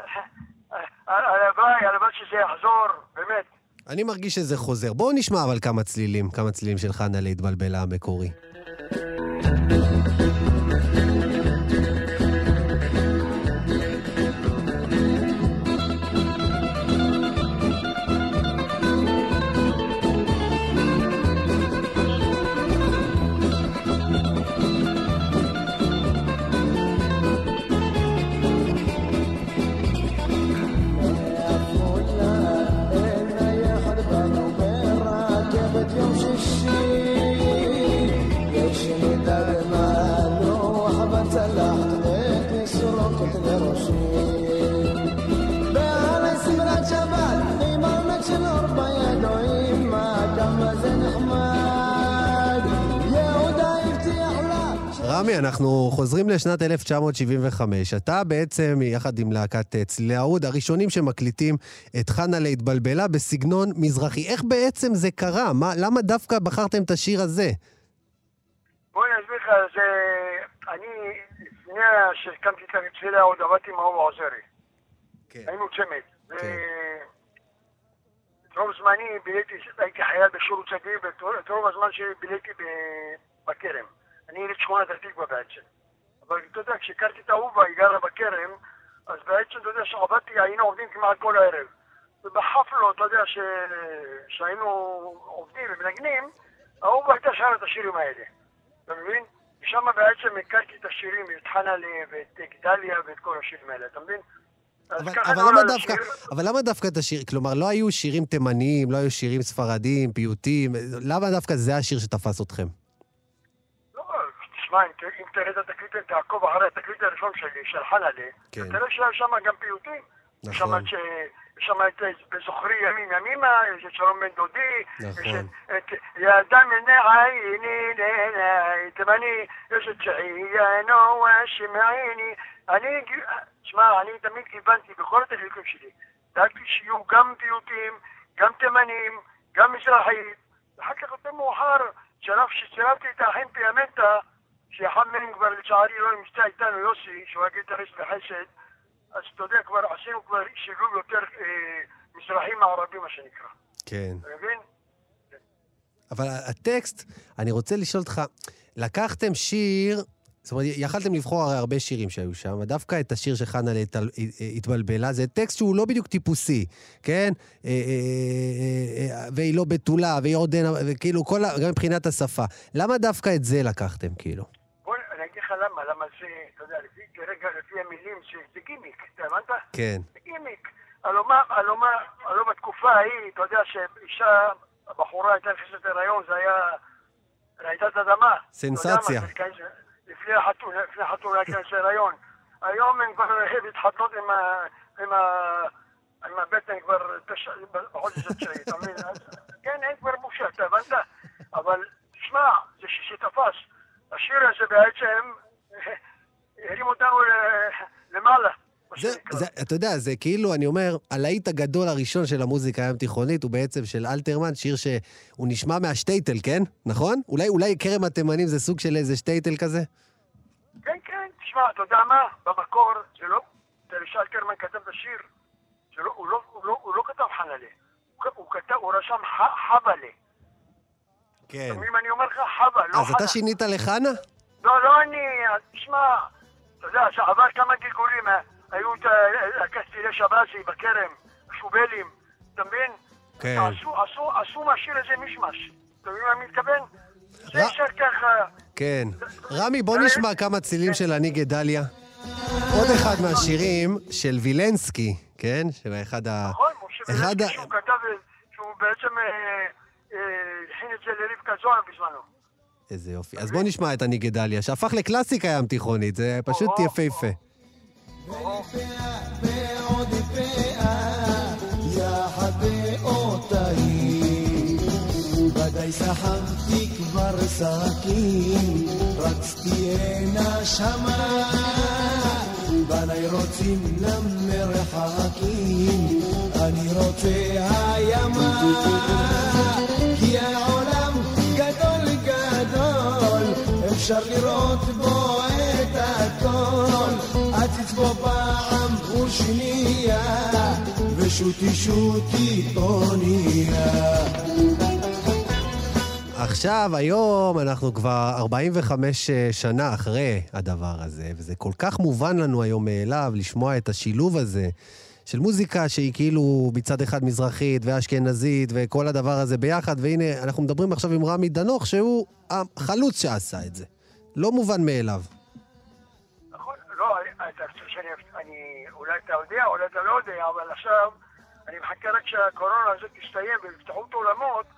הלוואי שזה יחזור, באמת. אני מרגיש שזה חוזר. בואו נשמע אבל כמה צלילים של חנה להתבלבלה המקורי. רמי, אנחנו חוזרים לשנת 1975. אתה בעצם, יחד עם להקת צלילי העוד, הראשונים שמקליטים את חנה להתבלבלה בסגנון מזרחי. איך בעצם זה קרה? למה דווקא בחרתם את השיר הזה? בואי נסביר לך, אני, לפני שהקמתי את צלילי העוד, עבדתי עם אהוב עוזרי. היינו צמד. את רוב זמני הייתי חייל בשירות צבאי, ואת רוב הזמן שביליתי בכרם. אני ילד שכונת התקווה בעצם. אבל אתה יודע, כשהכרתי את אהובה, היא גרה בכרם, אז בעצם, אתה יודע, שעבדתי, היינו עובדים כמעט כל הערב. ובחפלות, אתה יודע, שהיינו עובדים ומנגנים, אהובה הייתה שרה את השירים האלה. אתה מבין? ושם בעצם הכרתי את השירים, את חנלה ואת גדליה ואת כל השירים האלה, אתה מבין? אבל למה דווקא את השיר? כלומר, לא היו שירים תימניים, לא היו שירים ספרדיים, פיוטים, למה דווקא זה השיר שתפס אתכם? לא, תשמע, אם תראה את התקליט, תעקוב אחרי התקליט הראשון שלי, של חנלה, תראה שהיה שם גם פיוטים. נכון. שם את בזוכרי ימים ימימה, יש את שלום בן דודי, יש את ילדה מני עיני, תימני, יש את שעיינו ושמעיני. אני תמיד גיוונתי בכל התקליטים שלי. דאגתי שיהיו גם פיוטים, גם תימנים, גם מזרחית. ואחר כך יותר מאוחר, שצירפתי את האחים פיאמנטה, שאחד מהם כבר לצערי לא נמצא איתנו, יוסי, שהוא הגיטריסט בחסד, אז אתה יודע, כבר עשינו כבר שילוב יותר מזרחי מערבי, מה שנקרא. כן. אתה מבין? אבל הטקסט, אני רוצה לשאול אותך, לקחתם שיר, זאת אומרת, יכלתם לבחור הרי הרבה שירים שהיו שם, דווקא את השיר שחנה התבלבלה, זה טקסט שהוא לא בדיוק טיפוסי, כן? והיא לא בתולה, והיא עוד אין, וכאילו, גם מבחינת השפה. למה דווקא את זה לקחתם, כאילו? בוא, אני אגיד לך למה זה, אתה יודע, לפי המילים, זה גימיק, אתה הבנת? כן. זה גימיק. הלא בתקופה ההיא, אתה יודע שאישה, הבחורה הייתה נכנסת להיריון, זה היה רעידת אדמה. סנסציה. לפני החתונה להיכנס להיריון. היום הם כבר התחתנות עם הבטן כבר בחודש התשיעי, אתה מבין? כן, אין כבר בושה, אתה הבנת? אבל תשמע, זה שתפס. השיר הזה בעצם הרים אותנו למעלה. אתה יודע, זה כאילו, אני אומר, הלהיט הגדול הראשון של המוזיקה הים תיכונית הוא בעצם של אלתרמן, שיר שהוא נשמע מהשטייטל, כן? נכון? אולי כרם התימנים זה סוג של איזה שטייטל כזה? כן, כן, תשמע, אתה יודע מה? במקור, זה לא, אלתרמן כתב את השיר, הוא לא כתב חנלה, הוא רשם חבלה. כן. אם אני אומר לך חבה, לא חנה. אז אתה שינית לחנה? לא אני, תשמע, אתה יודע, שעבר כמה גלגולים, היו את הקסטילי שבאזי בכרם, השובלים, אתה מבין? כן. עשו מהשיר הזה משמש. אתה מבין מה אני מתכוון? זה ישר ככה... כן. רמי, בוא נשמע כמה צילים של אני גדליה. עוד אחד מהשירים של וילנסקי, כן? של אחד ה... נכון, וילנסקי שהוא כתב, שהוא בעצם הכין את זה לרבקה זוהר בזמנו. איזה יופי. אז בוא נשמע את אני גדליה, שהפך לקלאסיקה ים תיכונית, זה פשוט יפהפה. ודאי סחבתי כבר סכין, רצתי הנה שמה, בני רוצים למרחקים, אני רוצה הימה, כי העולם גדול גדול, אפשר לראות בו את הכל, עציץ בו פעם ושנייה, ושוטי אונייה. עכשיו, היום, אנחנו כבר 45 שנה אחרי הדבר הזה, וזה כל כך מובן לנו היום מאליו לשמוע את השילוב הזה של מוזיקה שהיא כאילו מצד אחד מזרחית ואשכנזית וכל הדבר הזה ביחד, והנה, אנחנו מדברים עכשיו עם רמי דנוך, שהוא החלוץ שעשה את זה. לא מובן מאליו. נכון, לא, אולי אתה יודע, אולי אתה לא יודע, אבל עכשיו אני מחכה רק שהקורונה הזאת תסתיים ויפתחו את העולמות,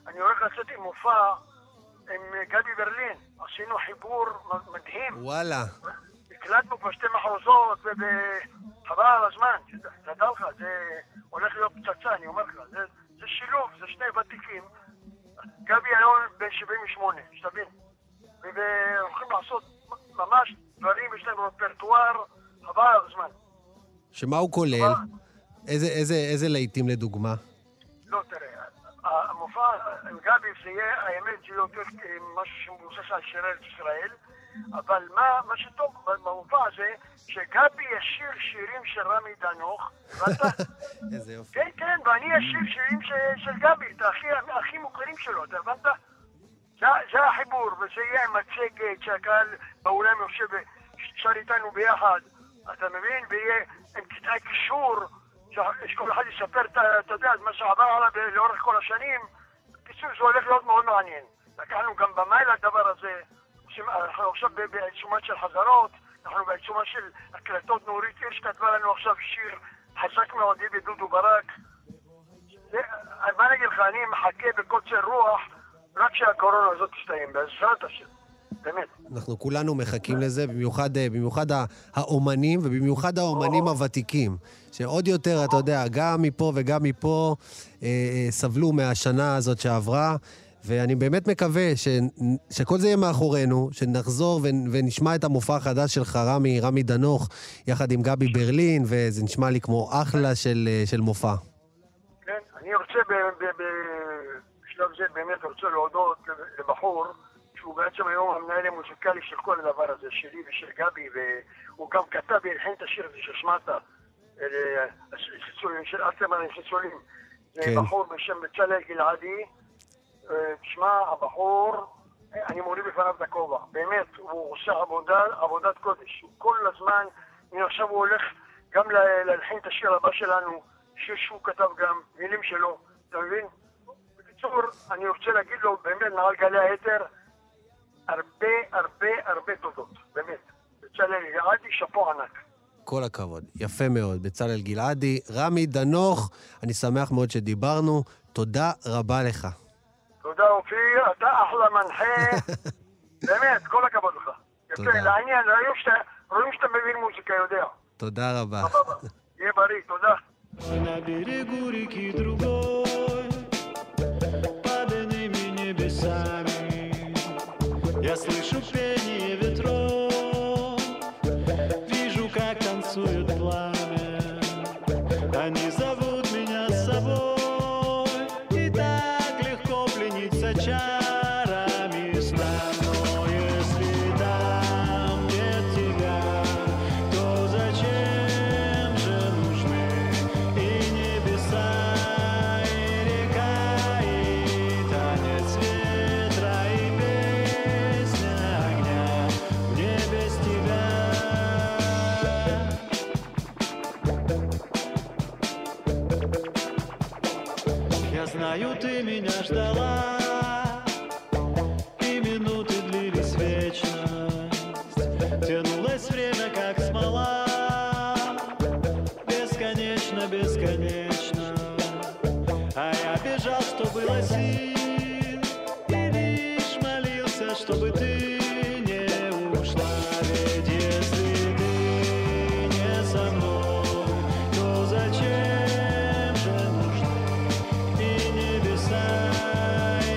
אני הולך לצאת עם מופע עם גבי ברלין. עשינו חיבור מדהים. וואלה. הקלטנו כבר 2 מחוזות, וחבל על הזמן. תדע לך, זה הולך להיות פצצה, אני אומר לך. זה שילוב, זה 2 ותיקים. גבי היום בן 78, שתבין. והולכים לעשות ממש דברים, יש להם רפרטואר, חבל על הזמן. שמה הוא כולל? איזה לעיתים לדוגמה? לא, תראה, המופע עם גבי זה יהיה, האמת זה יותר משהו שמבוסס על שירי ארץ ישראל, אבל מה שטוב במופע הזה, שגבי ישיר שירים של רמי דנוך, איזה יופי. כן, כן, ואני ישיר שירים של גבי, את הכי מוכרים שלו, אתה הבנת? זה החיבור, וזה יהיה עם מצגת שהקהל באולם יושב ושר איתנו ביחד, אתה מבין? ויהיה עם קטעי קישור, שכל אחד יספר, אתה יודע, מה שעבר עליו לאורך כל השנים. בקיצור, זה הולך להיות מאוד מעניין. לקחנו גם במאי לדבר הזה, אנחנו עכשיו בעיצומה של חזרות, אנחנו בעיצומה של הקלטות. נורית הירש כתבה לנו עכשיו שיר חזק מאוד, היא ודודו ברק. מה נגיד לך, אני מחכה בקוצר רוח, רק שהקורונה הזאת תסתיים, בעזרת השם. באמת. אנחנו כולנו מחכים לזה, במיוחד האומנים, ובמיוחד האומנים הוותיקים, שעוד יותר, אתה יודע, גם מפה וגם מפה סבלו מהשנה הזאת שעברה, ואני באמת מקווה שכל זה יהיה מאחורינו, שנחזור ונשמע את המופע החדש שלך, רמי דנוך, יחד עם גבי ברלין, וזה נשמע לי כמו אחלה של מופע. כן, אני רוצה בשלב זה באמת רוצה להודות לבחור, שהוא בעצם היום המנהל המוזיקלי של כל הדבר הזה, שלי ושל גבי, והוא גם כתב והלחין את השיר הזה ששמעת, של ארתמן חיצולים. זה בחור בשם בצלאל גלעדי. תשמע, הבחור, אני מוריד בפניו את הכובע. באמת, הוא עושה עבודת קודש. כל הזמן, עכשיו הוא הולך גם להלחין את השיר הבא שלנו, שיר שהוא כתב גם, מילים שלו, אתה מבין? בקיצור, אני רוצה להגיד לו, באמת, מעל גלי היתר, הרבה תודות, באמת. בצלאל גלעדי, שפו ענק. כל הכבוד, יפה מאוד. בצלאל גלעדי, רמי דנוך, אני שמח מאוד שדיברנו, תודה רבה לך. תודה אופיר, אתה אחלה מנחה, באמת, כל הכבוד לך. יפה, לעניין, רואים שאתה מבין מוזיקה, יודע. תודה רבה. יהיה בריא, תודה. На берегу реки другой, под иными небесами, я слышу пение ветров, вижу, как танцует пламя. Они зовут меня с собой, и так легко плениться чарами сна. Но если там нет тебя, то зачем же нужны и небеса, и река, и танец ветра, и песня огня в небе с тебя. Я знаю, ты меня ждала, и минуты длились вечность. Тянулось время, как смола, бесконечно, бесконечно. А я бежал, что было сил, и лишь молился, чтобы ты не ушла. Ведь если ты не со мной, то зачем же нужны и небеса, и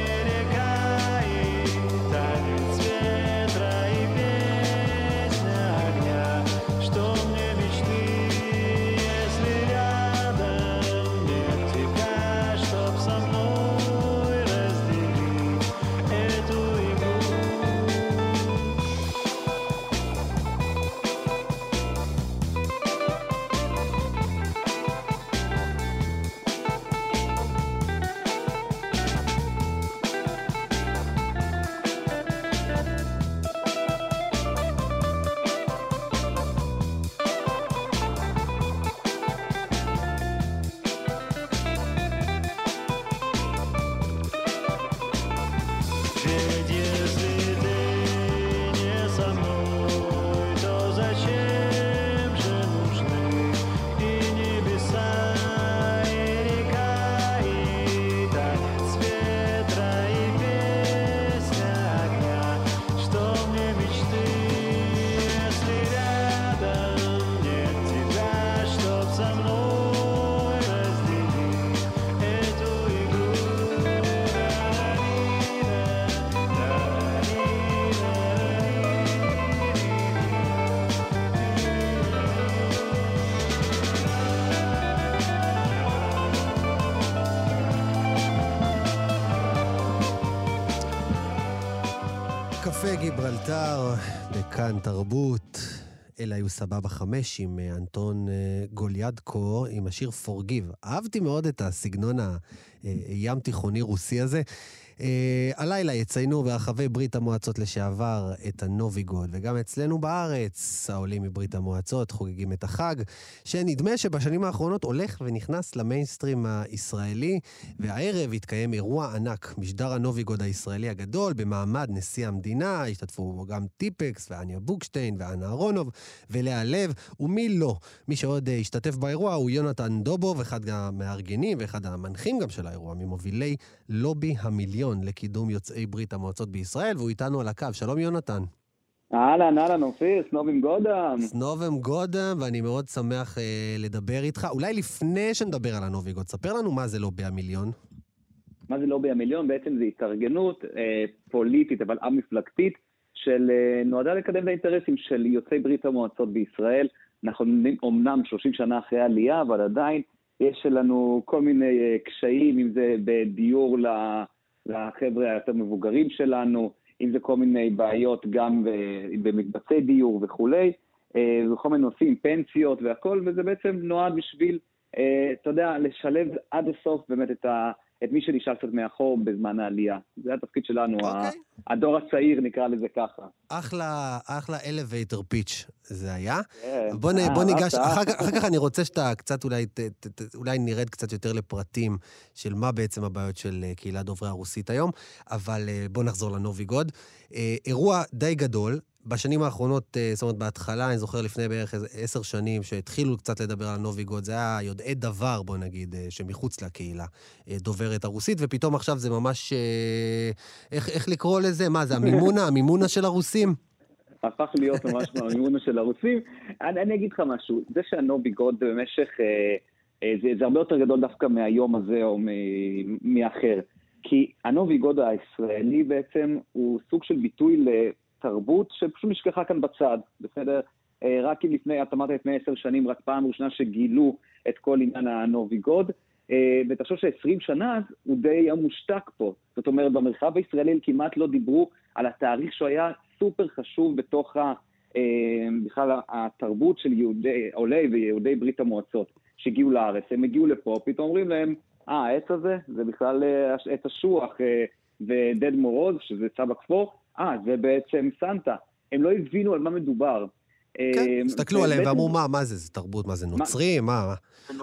קפה גיברלטר בכאן תרבות. אלה היו סבבה 5 עם אנטון גוליאדקו עם השיר Forgive. אהבתי מאוד את הסגנון הים תיכוני רוסי הזה. הלילה יציינו ברחבי ברית המועצות לשעבר את הנוביגוד, וגם אצלנו בארץ העולים מברית המועצות חוגגים את החג, שנדמה שבשנים האחרונות הולך ונכנס למיינסטרים הישראלי, והערב התקיים אירוע ענק, משדר הנוביגוד הישראלי הגדול, במעמד נשיא המדינה, השתתפו גם טיפקס ואניה בוקשטיין ואנה אהרונוב ולאה לב, ומי לא. מי שעוד השתתף באירוע הוא יונתן דובוב, אחד מהארגנים ואחד המנחים גם של האירוע, ממובילי לובי המיליון לקידום יוצאי ברית המועצות בישראל, והוא איתנו על הקו. שלום יונתן. אהלן, אופיר, סנובים גודם. סנובים גודם, ואני מאוד שמח לדבר איתך. אולי לפני שנדבר על הנוביגוד, ספר לנו מה זה לובי המיליון. מה זה לובי המיליון? בעצם זה התארגנות פוליטית, אבל המפלגתית, של נועדה לקדם את האינטרסים של יוצאי ברית המועצות בישראל. אנחנו אומנם 30 שנה אחרי העלייה, אבל עדיין יש לנו כל מיני קשיים, אם זה בדיור לחבר'ה היותר מבוגרים שלנו, אם זה כל מיני בעיות גם במקבצי דיור וכולי, וכל מיני נושאים, פנסיות והכל, וזה בעצם נועד בשביל, אתה יודע, לשלב עד הסוף באמת את מי שנשאר קצת מאחור בזמן העלייה. זה התפקיד שלנו, הדור הצעיר נקרא לזה ככה. אחלה elevator pitch זה היה. בוא ניגש, אחר כך אני רוצה שאתה קצת אולי נרד קצת יותר לפרטים של מה בעצם הבעיות של קהילת דוברי הרוסית היום, אבל בוא נחזור לנוביגוד. אירוע די גדול, בשנים האחרונות, זאת אומרת, בהתחלה, אני זוכר לפני בערך 10 שנים, שהתחילו קצת לדבר על נוביגוד, זה היה יודעי דבר, בוא נגיד, שמחוץ לקהילה דוברת הרוסית, ופתאום עכשיו זה ממש, איך לקרוא לזה? מה, זה המימונה של הרוסים? הפך להיות ממש המימונה של הרוסים. אני אגיד לך משהו, זה שהנוביגוד במשך, זה הרבה יותר גדול דווקא מהיום הזה או מאחר, כי הנוביגוד הישראלי בעצם הוא סוג של ביטוי תרבות שפשוט נשכחה כאן בצד, בסדר? רק לפני, את אמרת לפני 10 שנים, רק פעם ראשונה שגילו את כל עניין הנוביגוד, ותחשוב ש20 שנה הוא די המושתק פה. זאת אומרת, במרחב הישראלי כמעט לא דיברו על התאריך שהוא היה סופר חשוב בתוך בכלל התרבות של עולי ויהודי ברית המועצות שהגיעו לארץ. הם הגיעו לפה, פתאום אומרים להם, העץ הזה, זה בכלל עץ השוח ודד מורוז, שזה צבא כפור, זה בעצם סנטה. הם לא הבינו על מה מדובר. כן, הסתכלו עליהם ואמרו, מה זה? זה תרבות? מה זה? נוצרים? מה?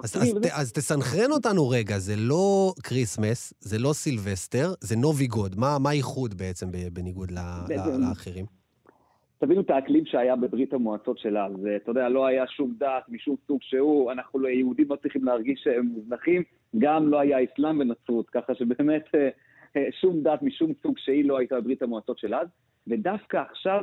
אז תסנכרן אותנו רגע, זה לא קריסמס, זה לא סילבסטר, זה נוביגוד. מה הייחוד בעצם בניגוד לאחרים? תבינו את האקלים שהיה בברית המועצות שלה. אתה יודע, לא היה שום דת משום סוג שהוא, אנחנו יהודים לא צריכים להרגיש שהם מוזנחים, גם לא היה אסלאם ונצרות, ככה שבאמת שום דת משום סוג שהיא לא הייתה בברית המועצות של אז, ודווקא עכשיו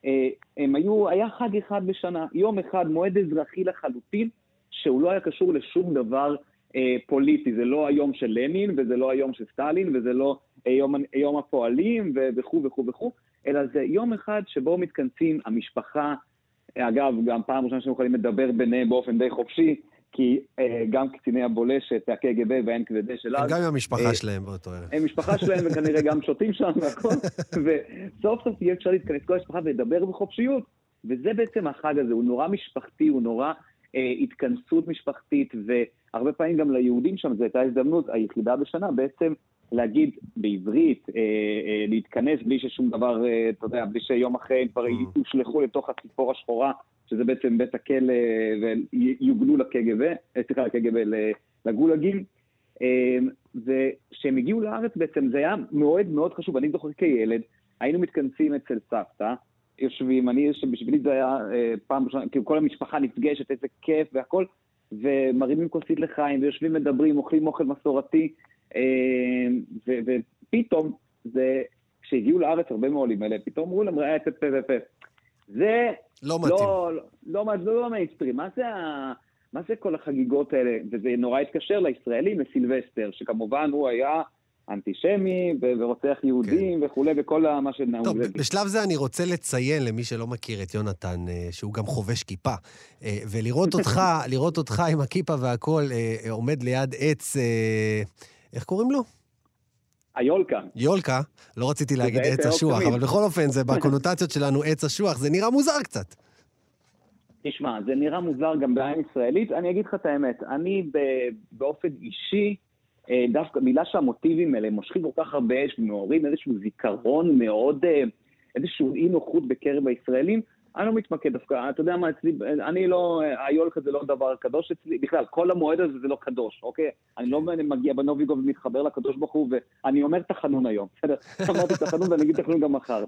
היה חג אחד בשנה, יום אחד, מועד אזרחי לחלוטין, שהוא לא היה קשור לשום דבר פוליטי, זה לא היום של לנין, וזה לא היום של סטלין, וזה לא יום הפועלים, וכו' וכו' וכו', אלא זה יום אחד שבו מתכנסים המשפחה, אגב, גם פעם ראשונה שאנחנו יכולים לדבר ביניהם באופן די חופשי, כי גם קציני הבולשת, הקג"ב והNKVD של אז... הם גם עם המשפחה שלהם באותו ערב. הם משפחה שלהם וכנראה גם שותים שם והכל, וסוף סוף תהיה אפשר להתכנס כל המשפחה ולדבר בחופשיות, וזה בעצם החג הזה, הוא נורא משפחתי, הוא נורא התכנסות משפחתית, והרבה פעמים גם ליהודים שם, זו הייתה הזדמנות היחידה בשנה, בעצם להגיד בעברית, להתכנס בלי ששום דבר, אתה יודע, בלי שיום אחרי הם כבר יושלחו לתוך הציפור השחורה, שזה בעצם בית הכלא, ויוגלו לקג"ב, לגולגים, ושהם הגיעו לארץ בעצם, זה היה מועד מאוד חשוב, אני זוכר כילד, היינו מתכנסים אצל סבתא, יושבים, בשבילי זה היה פעם ראשונה, כאילו כל המשפחה נפגשת, איזה כיף והכל, ומרימים כוסית לחיים, ויושבים מדברים, אוכלים אוכל מסורתי, ופתאום, כשהגיעו לארץ הרבה מעולים האלה, פתאום אמרו להם, ראה את פה ופה. זה לא מתאים. לא מיינסטרים. מה זה כל החגיגות האלה? וזה נורא התקשר לישראלים, לסילבסטר, שכמובן הוא היה אנטישמי ורוצח יהודים וכו' וכל מה שנהוג. טוב, בשלב זה אני רוצה לציין למי שלא מכיר את יונתן, שהוא גם חובש כיפה, ולראות אותך עם הכיפה והכל עומד ליד עץ, איך קוראים לו? היולקה. יולקה, לא רציתי להגיד עץ אשוח, אבל בכל אופן זה בקונוטציות שלנו עץ אשוח, זה נראה מוזר קצת. תשמע, זה נראה מוזר גם בעין ישראלית, אני אגיד לך את האמת, אני באופן אישי, דווקא מילה שהמוטיבים האלה מושכים כל כך הרבה אש ומעוררים איזשהו זיכרון מאוד, איזשהו אי נוחות בקרב הישראלים, אני לא מתמקד דווקא, אתה יודע מה אצלי, אני לא, היולקה זה לא דבר קדוש אצלי, בכלל, כל המועד הזה זה לא קדוש, אוקיי? אני לא מגיע בנוביגו ומתחבר לקדוש ברוך הוא, ואני אומר תחנון היום, בסדר? אמרתי תחנון ואני אגיד תחנון גם מחר.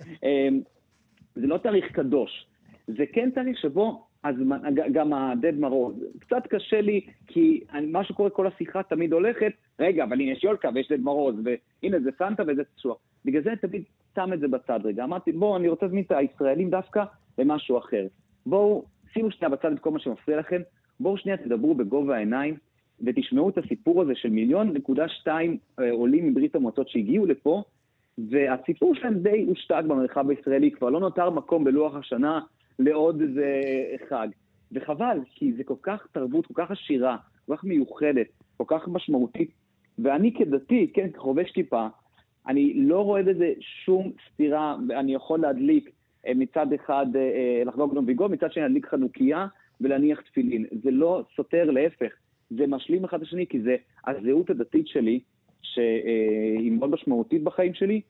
זה לא תאריך קדוש, זה כן תאריך שבו, אז גם הדד מרוז, קצת קשה לי, כי מה שקורה כל השיחה תמיד הולכת, רגע, אבל הנה יש יולקה ויש דד מרוז, והנה זה סנטה וזה תשוח. בגלל זה תמיד שם את זה בצד רגע. אמרתי, בואו, אני רוצה להזמין את הישראלים דווקא למשהו אחר. בואו, שימו שנייה בצד את כל מה שמפריע לכם, בואו שנייה תדברו בגובה העיניים, ותשמעו את הסיפור הזה של 1.2 מיליון עולים מברית המועצות שהגיעו לפה, והסיפור שלהם די הושתק במרחב הישראלי, כבר לא נותר מקום בלוח השנה לעוד איזה חג. וחבל, כי זה כל כך תרבות, כל כך עשירה, כל כך מיוחדת, כל כך משמעותית, ואני כדתי, כן, כחובש כיפה, אני לא רואה בזה שום סתירה, אני יכול להדליק מצד אחד לחגוג נוביגו, מצד שני להדליק חנוכיה ולהניח תפילין. זה לא סותר, להפך, זה משלים אחד השני, כי זה הזהות הדתית שלי, שהיא מאוד משמעותית בחיים שלי,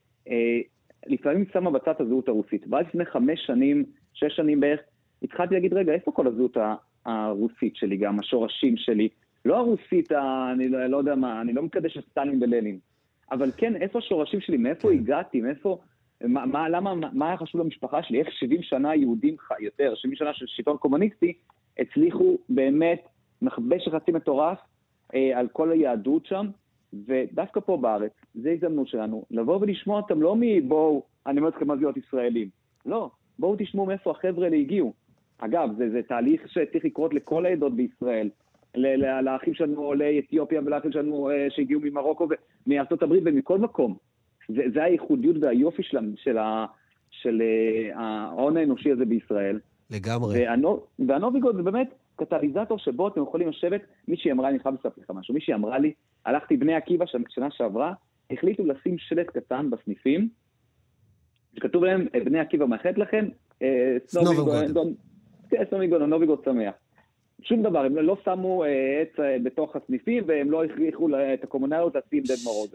לפעמים שמה בצד הזהות הרוסית. ואז לפני 5 שנים, 6 שנים בערך, התחלתי להגיד, רגע, איפה כל הזהות הרוסית שלי, גם השורשים שלי? לא הרוסית, אני לא יודע מה, אני לא מקדש את סטלין ולנין. אבל כן, איפה השורשים שלי, מאיפה הגעתי, מאיפה, מה היה חשוב למשפחה שלי, איך 70 שנה יהודים, יותר, 70 שנה של שלטון קומוניסטי, הצליחו באמת מחבש חצי מטורף על כל היהדות שם, ודווקא פה בארץ, זה הזדמנות שלנו, לבוא ולשמוע אותם לא מבואו, אני אומר לכם מה זה להיות ישראלים, לא, בואו תשמעו מאיפה החבר'ה האלה הגיעו. אגב, זה תהליך שצריך לקרות לכל העדות בישראל, לאחים שלנו עולי אתיופיה ולאחים שלנו שהגיעו ממרוקו ומארצות הברית ומכל מקום. זה הייחודיות והיופי של ההון האנושי הזה בישראל. לגמרי. והנוביגוד זה באמת קטליזטור שבו אתם יכולים לשבת, מישהי אמרה, אני חייב לספר לך משהו, מישהי אמרה לי, הלכתי בני עקיבא שנה שעברה, החליטו לשים שלט קטן בסניפים, שכתוב להם, בני עקיבא מאחד לכם, סנוביגוד או נוביגוד שמח. שום דבר, הם לא שמו עץ בתוך הסניפים, והם לא הכריחו את הקומונליות לשים דד מרוז.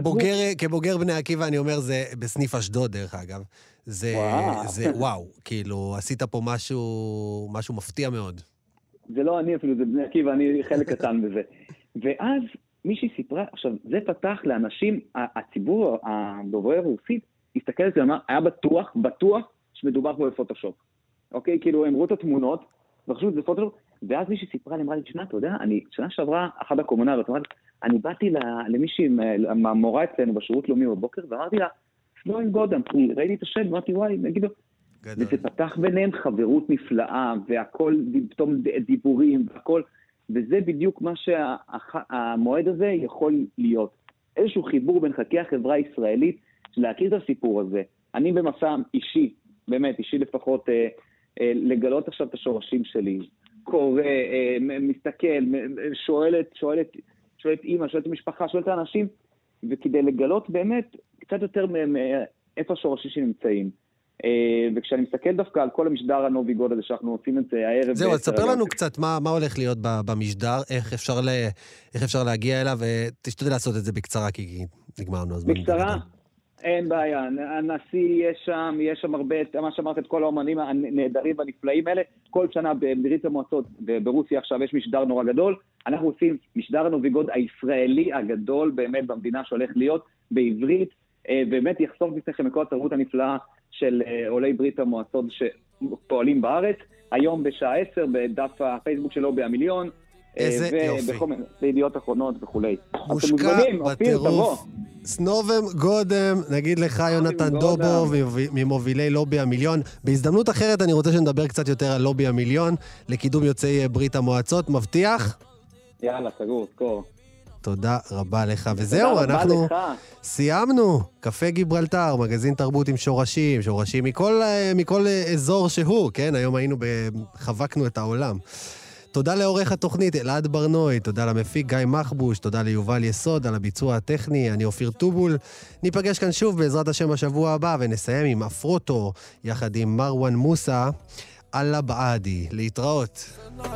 כבוגר בני עקיבא, אני אומר, זה בסניף אשדוד, דרך אגב. זה וואו, כאילו, עשית פה משהו מפתיע מאוד. זה לא אני אפילו, זה בני עקיבא, אני חלק קטן בזה. ואז מישהי סיפרה, עכשיו, זה פתח לאנשים, הציבור הדוברי הרוסית, הסתכל על זה, היה בטוח שמדובר פה בפוטושופ. אוקיי? כאילו, הם ראו את התמונות, וחשוב, זה פוטושופ, ואז מישהי סיפרה לי, אמרה לי, שנה, אתה יודע, שנה שעברה, אחת הקומונליות, אני באתי למישהי, המורה אצלנו בשירות לאומי בבוקר, ואמרתי לה, סנובים גודם, ראיתי את השם, אמרתי, וואי, נגידו, וזה פתח ביניהם חברות נפלאה, והכל, פתאום דיבורים, והכל, וזה בדיוק מה שהמועד הזה יכול להיות. איזשהו חיבור בין חלקי החברה הישראלית, להכיר את הסיפור הזה. אני במסע אישי, באמת, אישי לפחות, לגלות עכשיו את השורשים שלי, קורא, מסתכל, שואלת אמא, שואלת משפחה, שואלת האנשים, וכדי לגלות באמת קצת יותר איפה השורשים שנמצאים. וכשאני מסתכל דווקא על כל המשדר הנוביגוד הזה שאנחנו עושים את זה הערב... זהו, אז תספר לנו קצת מה הולך להיות במשדר, איך אפשר להגיע אליו, ותשתדל לעשות את זה בקצרה, כי נגמרנו הזמן. בקצרה? אין בעיה, הנשיא יש שם הרבה, מה שאמרת, את כל האומנים הנהדרים והנפלאים האלה, כל שנה בברית המועצות ברוסיה עכשיו יש משדר נורא גדול, אנחנו עושים משדר הנוביגוד הישראלי הגדול באמת במדינה שהולך להיות בעברית, באמת יחשוף בפניכם את כל התרבות הנפלאה של עולי ברית המועצות שפועלים בארץ, היום בשעה 10 בדף הפייסבוק שלו ב1,000,000, איזה יופי. בידיעות אחרונות וכולי. מושקע בטירוף. סנובם גודם, נגיד לך יונתן דובוב, ממובילי לובי 1,000,000. בהזדמנות אחרת אני רוצה שנדבר קצת יותר על לובי 1,000,000, לקידום יוצאי ברית המועצות. מבטיח? יאללה, סגור, סקור. תודה רבה לך. וזהו, אנחנו סיימנו. קפה גיברלטר, מגזין תרבות עם שורשים מכל אזור שהוא, כן? היום חבקנו את העולם. תודה לעורך התוכנית אלעד ברנוי, תודה למפיק גיא מחבוש, תודה ליובל יסוד על הביצוע הטכני, אני אופיר טובול. ניפגש כאן שוב בעזרת השם בשבוע הבא, ונסיים עם אפרוטו, יחד עם מרואן מוסא, אללה בעדי. להתראות.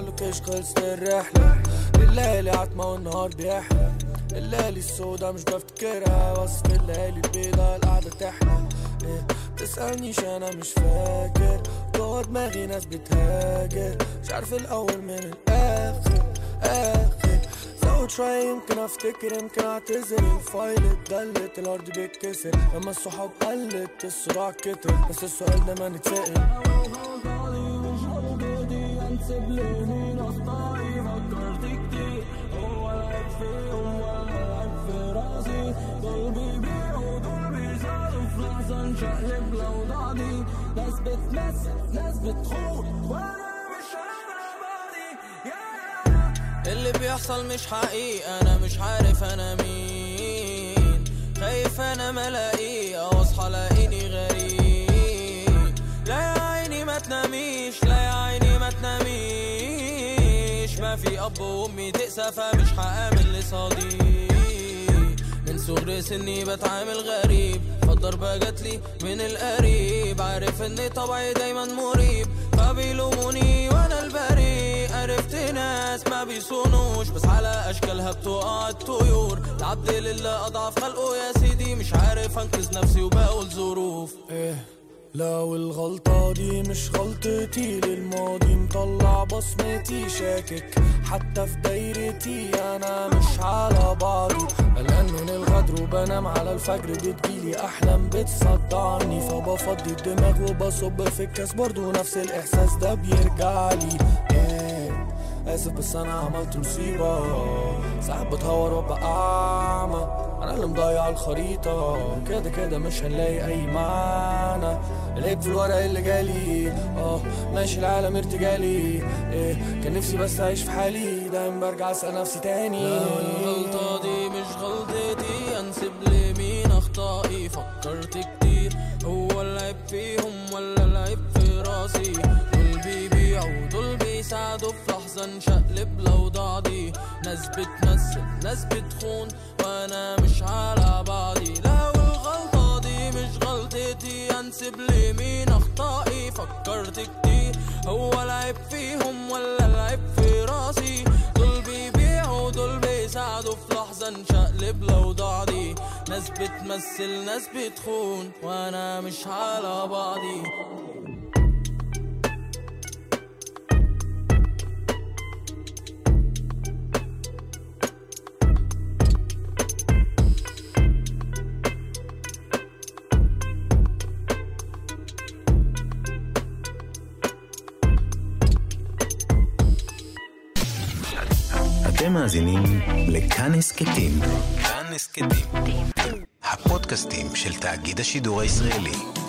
الليالي عتمة والنهار بيحلى الليالي السودة مش بفتكرها وصف الليالي البيضة القعدة تحلى تسألنيش أنا مش فاكر جوه دماغي ناس بتهاجر مش عارف الأول من الآخر زود شوية يمكن أفتكر يمكن أعتذر الفايل اتدلت الأرض بيتكسر لما الصحاب قلت الصراع كتر بس السؤال ده ما نتسأل انسب لي مين اخطائي فكرت كتير هو العيب فيهم ولا العيب في راسي دول بيبيعوا دول بيزعلوا في لحظة نشقلب الأوضاع دي ناس بتمثل ناس بتخون وانا مش انا بعدي اللي بيحصل مش حقيقي انا مش عارف انا مين خايف انا ملاقيه او اصحى لاقيني غريب لا يا عيني ما تناميش لا يا عيني ما تناميش ما في اب وامي تقسى فمش هآمن لصديق من صغر سني بتعامل غريب فالضربة جاتلي من القريب عارف ان طبعي دايما مريب فبيلوموني وانا البريء عرفت ناس ما بيصونوش بس على اشكالها بتقع الطيور العبد لله اضعف خلقه يا سيدي مش عارف انقذ نفسي وبقول ظروف لو الغلطة دي مش غلطتي للماضي مطلع بصمتي شاكك حتى في دايرتي انا مش على بعضي قلقان من الغدر وبنام على الفجر بتجيلي احلام بتصدعني فبفضي الدماغ وبصب في الكاس برضو نفس الاحساس ده بيرجعلي اسف بس انا عملت مصيبة ساعات بتهور وابقى اعمى انا اللي مضيع الخريطة كده كده مش هنلاقي اي معنى العيب في الورق اللي جالي ماشي العالم ارتجالي كان نفسي بس اعيش في حالي دايما برجع اسأل نفسي تاني الغلطة دي مش غلطتي انسب لمين اخطائي فكرت كتير هو العيب فيهم ولا العيب في راسي دول بيبيعوا دول بيساعدوا في لحظة نشقلب الأوضاع دي ناس بتمثل ناس بتخون وانا مش على بعضي لو الغلطة دي مش غلطتي انسب لمين اخطائي فكرت كتير هو العيب فيهم ولا العيب في راسي دول بيبيعوا دول بيساعدوا في لحظة نشقلب الأوضاع دي ناس بتمثل ناس بتخون وانا مش على بعضي אתם מאזינים לכאן הסכתים. כאן הסכתים. הפודקאסטים של תאגיד השידור הישראלי.